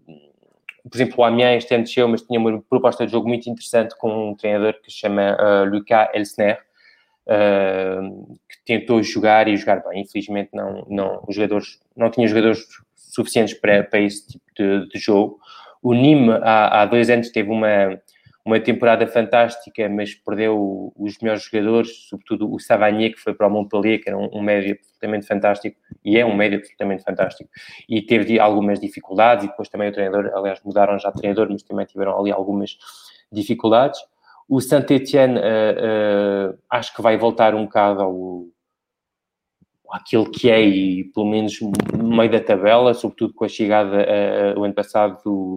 por exemplo, o Amiens este ano desceu, mas tinha uma proposta de jogo muito interessante com um treinador que se chama uh, Lucas Elsner, uh, que tentou jogar e jogar bem. Infelizmente não, não, os jogadores, não tinha jogadores suficientes para, para esse tipo de, de jogo. O Nîmes há, há dois anos teve uma, uma temporada fantástica, mas perdeu os melhores jogadores, sobretudo o Savanier, que foi para o Montpellier, que era um, um médio absolutamente fantástico, e é um médio absolutamente fantástico, e teve algumas dificuldades, e depois também o treinador, aliás, mudaram já de treinador, mas também tiveram ali algumas dificuldades. O Saint-Étienne, uh, uh, acho que vai voltar um bocado ao aquilo que é, e pelo menos no meio da tabela, sobretudo com a chegada uh, o ano passado do,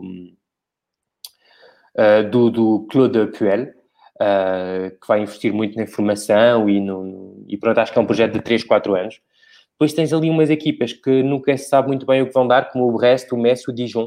uh, do, do Claude Puel, uh, que vai investir muito na formação e, no, e pronto, acho que é um projeto de três, quatro anos. Depois tens ali umas equipas que nunca se sabe muito bem o que vão dar, como o Brest, o Metz, o Dijon.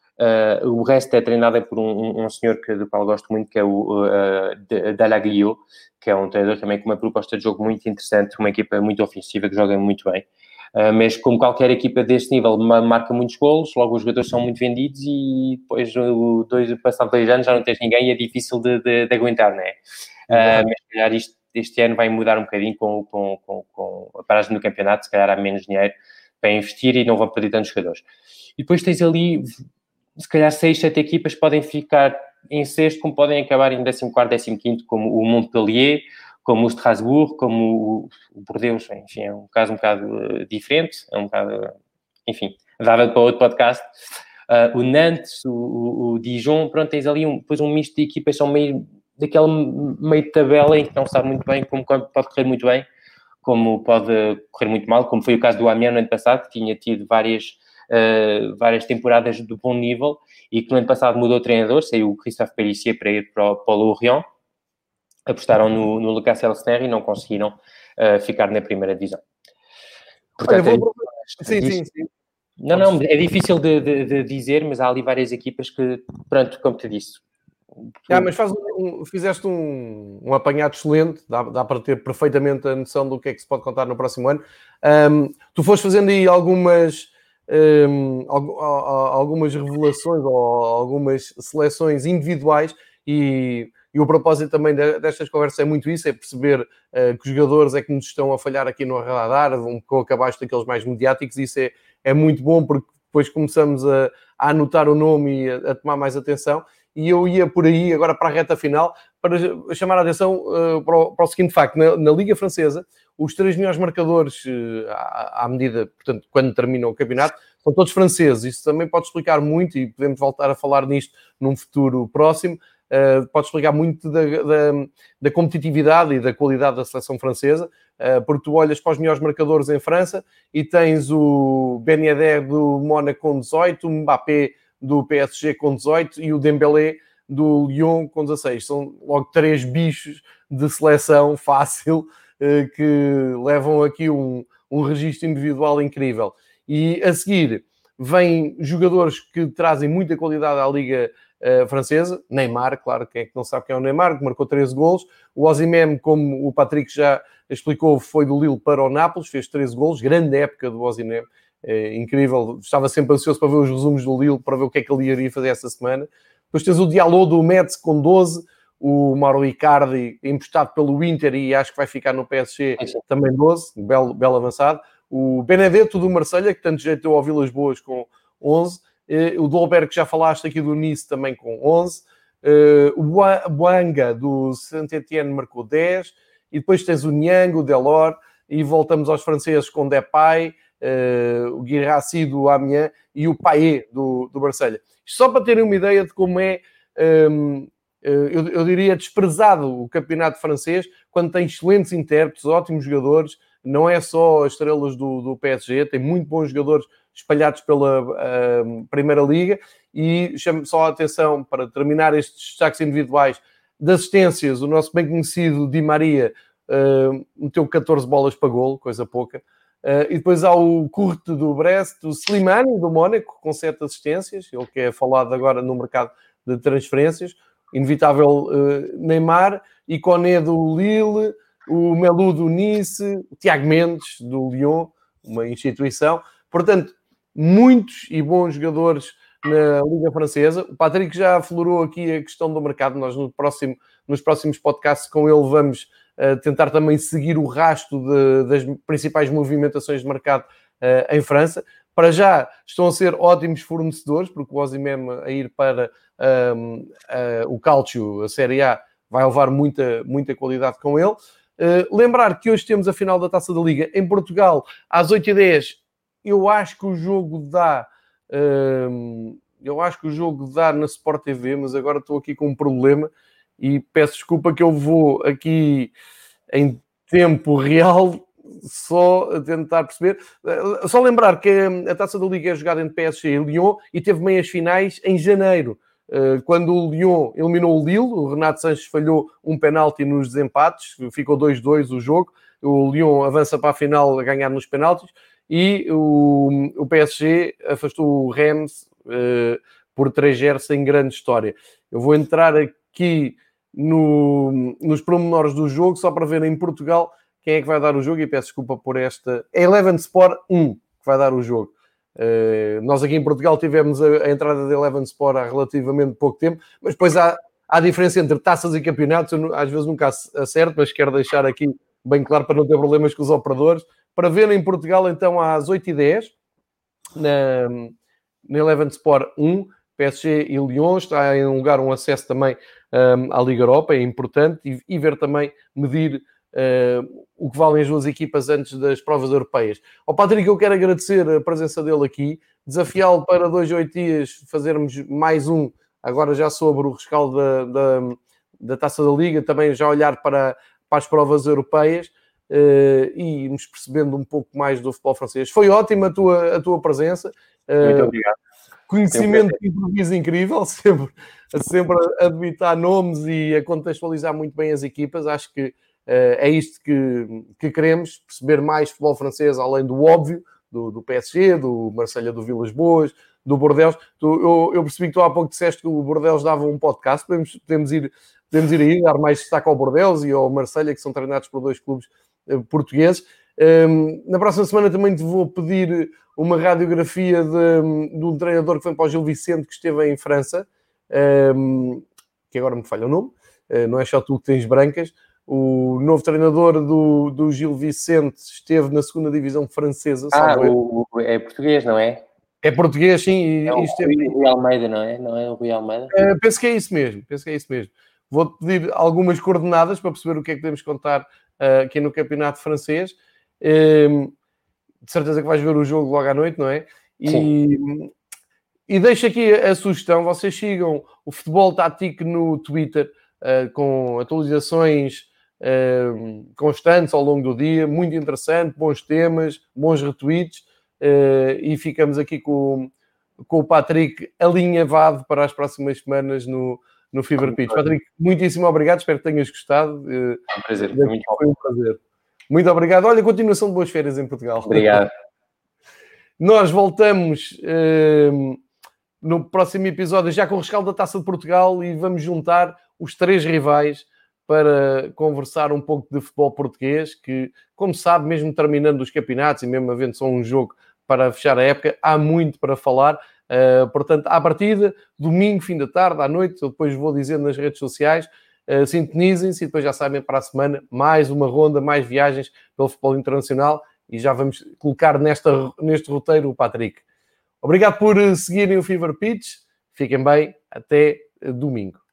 Uh, o Brest é treinado por um, um, um senhor que, do qual gosto muito, que é o uh, Dalaglio, que é um treinador também com uma proposta de jogo muito interessante, uma equipa muito ofensiva, que joga muito bem. Uh, mas como qualquer equipa desse nível marca muitos golos, logo os jogadores são muito vendidos e depois, o dois, passado dois anos, já não tens ninguém e é difícil de, de, de aguentar, não é? Uh, mas, se calhar, isto, este ano vai mudar um bocadinho com, com, com, com a paragem do campeonato, se calhar há menos dinheiro para investir e não vão perder tantos jogadores. E depois tens ali, se calhar, seis, sete equipas podem ficar em sexto, como podem acabar em décimo quarto, décimo quinto, como o Montpellier, como o Strasbourg, como o Bordeaux. Enfim, é um caso um bocado uh, diferente, é um bocado, uh, enfim, dava para outro podcast. Uh, o Nantes, o, o, o Dijon, pronto, tens ali um, depois um misto de equipas, são meio daquela meio de tabela em que não sabe muito bem, como pode correr muito bem, como pode correr muito mal, como foi o caso do Amiens no ano passado, que tinha tido várias, uh, várias temporadas de bom nível e que no ano passado mudou o treinador, saiu o Christophe Pélissier para ir para o, para o Lorient, apostaram no, no Le Castelsner e não conseguiram uh, ficar na primeira divisão. Portanto, Olha, vou... é, sim, sim, sim. Não, não, é difícil de, de, de dizer, mas há ali várias equipas que, pronto, como te disse. Ah, mas faz um, fizeste um, um apanhado excelente, dá, dá para ter perfeitamente a noção do que é que se pode contar no próximo ano. Um, tu foste fazendo aí algumas, um, algumas revelações ou algumas seleções individuais e, e o propósito também destas conversas é muito isso, é perceber uh, que jogadores é que nos estão a falhar aqui no radar, um pouco abaixo daqueles mais mediáticos, e isso é, é muito bom porque depois começamos a, a anotar o nome e a, a tomar mais atenção. E eu ia por aí, agora para a reta final, para chamar a atenção uh, para, o, para o seguinte facto. Na, na Liga Francesa, os três melhores marcadores, uh, à, à medida, portanto, quando termina o campeonato, são todos franceses. Isso também pode explicar muito, e podemos voltar a falar nisto num futuro próximo, uh, pode explicar muito da, da, da competitividade e da qualidade da seleção francesa, uh, porque tu olhas para os melhores marcadores em França e tens o Ben Yedder do Mónaco com dezoito, o Mbappé do P S G com dezoito e o Dembélé do Lyon com dezasseis. São logo três bichos de seleção fácil que levam aqui um, um registro individual incrível. E a seguir vêm jogadores que trazem muita qualidade à Liga uh, Francesa. Neymar, claro, quem é que não sabe quem é o Neymar, que marcou treze golos. O Osimhen, como o Patrick já explicou, foi do Lille para o Nápoles, fez treze golos. Grande época do Osimhen. É incrível, estava sempre ansioso para ver os resumos do Lille, para ver o que é que ele iria fazer essa semana. Depois tens o Diallo do Metz com doze, o Mauro Icardi emprestado pelo Inter e acho que vai ficar no P S G também doze, belo, belo avançado. O Benedetto do Marselha, que tanto jeito deu ao Vilas Boas com onze. O Dolberg, que já falaste aqui do Nice, também com onze. O Boanga do Saint-Étienne marcou dez. E depois tens o Niang, o Delors, e voltamos aos franceses com Depay, Uh, o Guirassy do Amiens e o Payet do, do Marselha. Só para terem uma ideia de como é, um, uh, eu, eu diria, desprezado o campeonato francês, quando tem excelentes intérpretes, ótimos jogadores, não é só as estrelas do, do P S G, tem muito bons jogadores espalhados pela uh, Primeira Liga, e chamo só a atenção, para terminar estes destaques individuais, de assistências, o nosso bem conhecido Di Maria uh, meteu catorze bolas para golo, coisa pouca. Uh, e depois há o Curte do Brest, o Slimani do Mónaco, com sete assistências, ele que é falado agora no mercado de transferências, inevitável uh, Neymar, Iconé do Lille, o Melu do Nice, o Tiago Mendes do Lyon, uma instituição. Portanto, muitos e bons jogadores na Liga Francesa. O Patrick já aflorou aqui a questão do mercado. Nós no próximo, nos próximos podcasts com ele vamos uh, tentar também seguir o rastro de, das principais movimentações de mercado uh, em França. Para já estão a ser ótimos fornecedores, porque o Osimhen a ir para um, uh, o Calcio, a Série A, vai levar muita, muita qualidade com ele. Uh, lembrar que hoje temos a final da Taça da Liga em Portugal, às oito e dez. Eu acho que o jogo dá... Uh, eu acho que o jogo dá na Sport T V, mas agora estou aqui com um problema e peço desculpa que eu vou aqui em tempo real só tentar perceber. Uh, só lembrar que a Taça da Liga é jogada entre P S G e Lyon e teve meias finais em janeiro. Quando o Lyon eliminou o Lille, o Renato Sanches falhou um penalti nos desempates, ficou dois a dois o jogo, o Lyon avança para a final a ganhar nos penaltis, e o, o P S G afastou o Reims uh, por três a zero sem grande história. Eu vou entrar aqui no, nos pormenores do jogo, só para ver em Portugal quem é que vai dar o jogo, e peço desculpa por esta... É Eleven Sport um que vai dar o jogo. Uh, nós aqui em Portugal tivemos a, a entrada de Eleven Sport há relativamente pouco tempo, mas depois há, há diferença entre taças e campeonatos. Eu às vezes nunca acerto, mas quero deixar aqui bem claro para não ter problemas com os operadores. Para ver em Portugal, então, às oito e dez, na, na Eleven Sport um, P S G e Lyon, está em lugar um acesso também um, à Liga Europa, é importante, e, e ver também, medir Uh, o que valem as duas equipas antes das provas europeias. Ao Patrick, eu quero agradecer a presença dele aqui, desafiá-lo para dois a oito dias fazermos mais um, agora já sobre o rescaldo da, da, da Taça da Liga, também já olhar para, para as provas europeias uh, e nos percebendo um pouco mais do futebol francês. Foi ótima a tua, a tua presença. Uh, Muito obrigado. Conhecimento de improviso incrível, sempre, sempre a debitar nomes e a contextualizar muito bem as equipas. Acho que Uh, é isto que, que queremos, perceber mais futebol francês, além do óbvio, do, do P S G, do Marselha, do Vilas Boas, do Bordeaux. Tu, eu, eu percebi que tu há pouco disseste que o Bordeaux dava um podcast, podemos, podemos, ir, podemos ir aí, dar mais destaque ao Bordeaux e ao Marselha, que são treinados por dois clubes uh, portugueses. Um, na próxima semana também te vou pedir uma radiografia de, de um treinador que foi para o Gil Vicente, que esteve em França, um, que agora me falha o nome, uh, não é só tu que tens brancas. O novo treinador do, do Gil Vicente esteve na segunda divisão francesa. Ah, o, o, é português, não é? É português, sim. E, é o e esteve... Rui Almeida, não é? Não é o Rui Almeida? Uh, penso que é isso mesmo. Penso que é isso mesmo. Vou-te pedir algumas coordenadas para perceber o que é que podemos contar uh, aqui no campeonato francês. Uh, de certeza que vais ver o jogo logo à noite, não é? E, sim. E deixo aqui a, a sugestão. Vocês sigam o Futebol Tático no Twitter uh, com atualizações Uh, constantes ao longo do dia, muito interessante, bons temas, bons retweets, uh, e ficamos aqui com, com o Patrick alinhavado para as próximas semanas no, no Fever Pitch. Patrick, muitíssimo obrigado, espero que tenhas gostado. Uh, é um prazer, foi, muito foi um prazer. Muito obrigado. Olha, continuação de boas férias em Portugal. Obrigado. Nós voltamos uh, no próximo episódio já com o rescaldo da Taça de Portugal e vamos juntar os três rivais para conversar um pouco de futebol português, que, como sabe, mesmo terminando os campeonatos e mesmo havendo só um jogo para fechar a época, há muito para falar. Uh, portanto, à partida, domingo, fim da tarde, à noite, eu depois vou dizendo nas redes sociais, uh, sintonizem-se e depois já sabem, para a semana, mais uma ronda, mais viagens pelo futebol internacional, e já vamos colocar nesta, neste roteiro o Patrick. Obrigado por seguirem o Fever Pitch, fiquem bem, até domingo.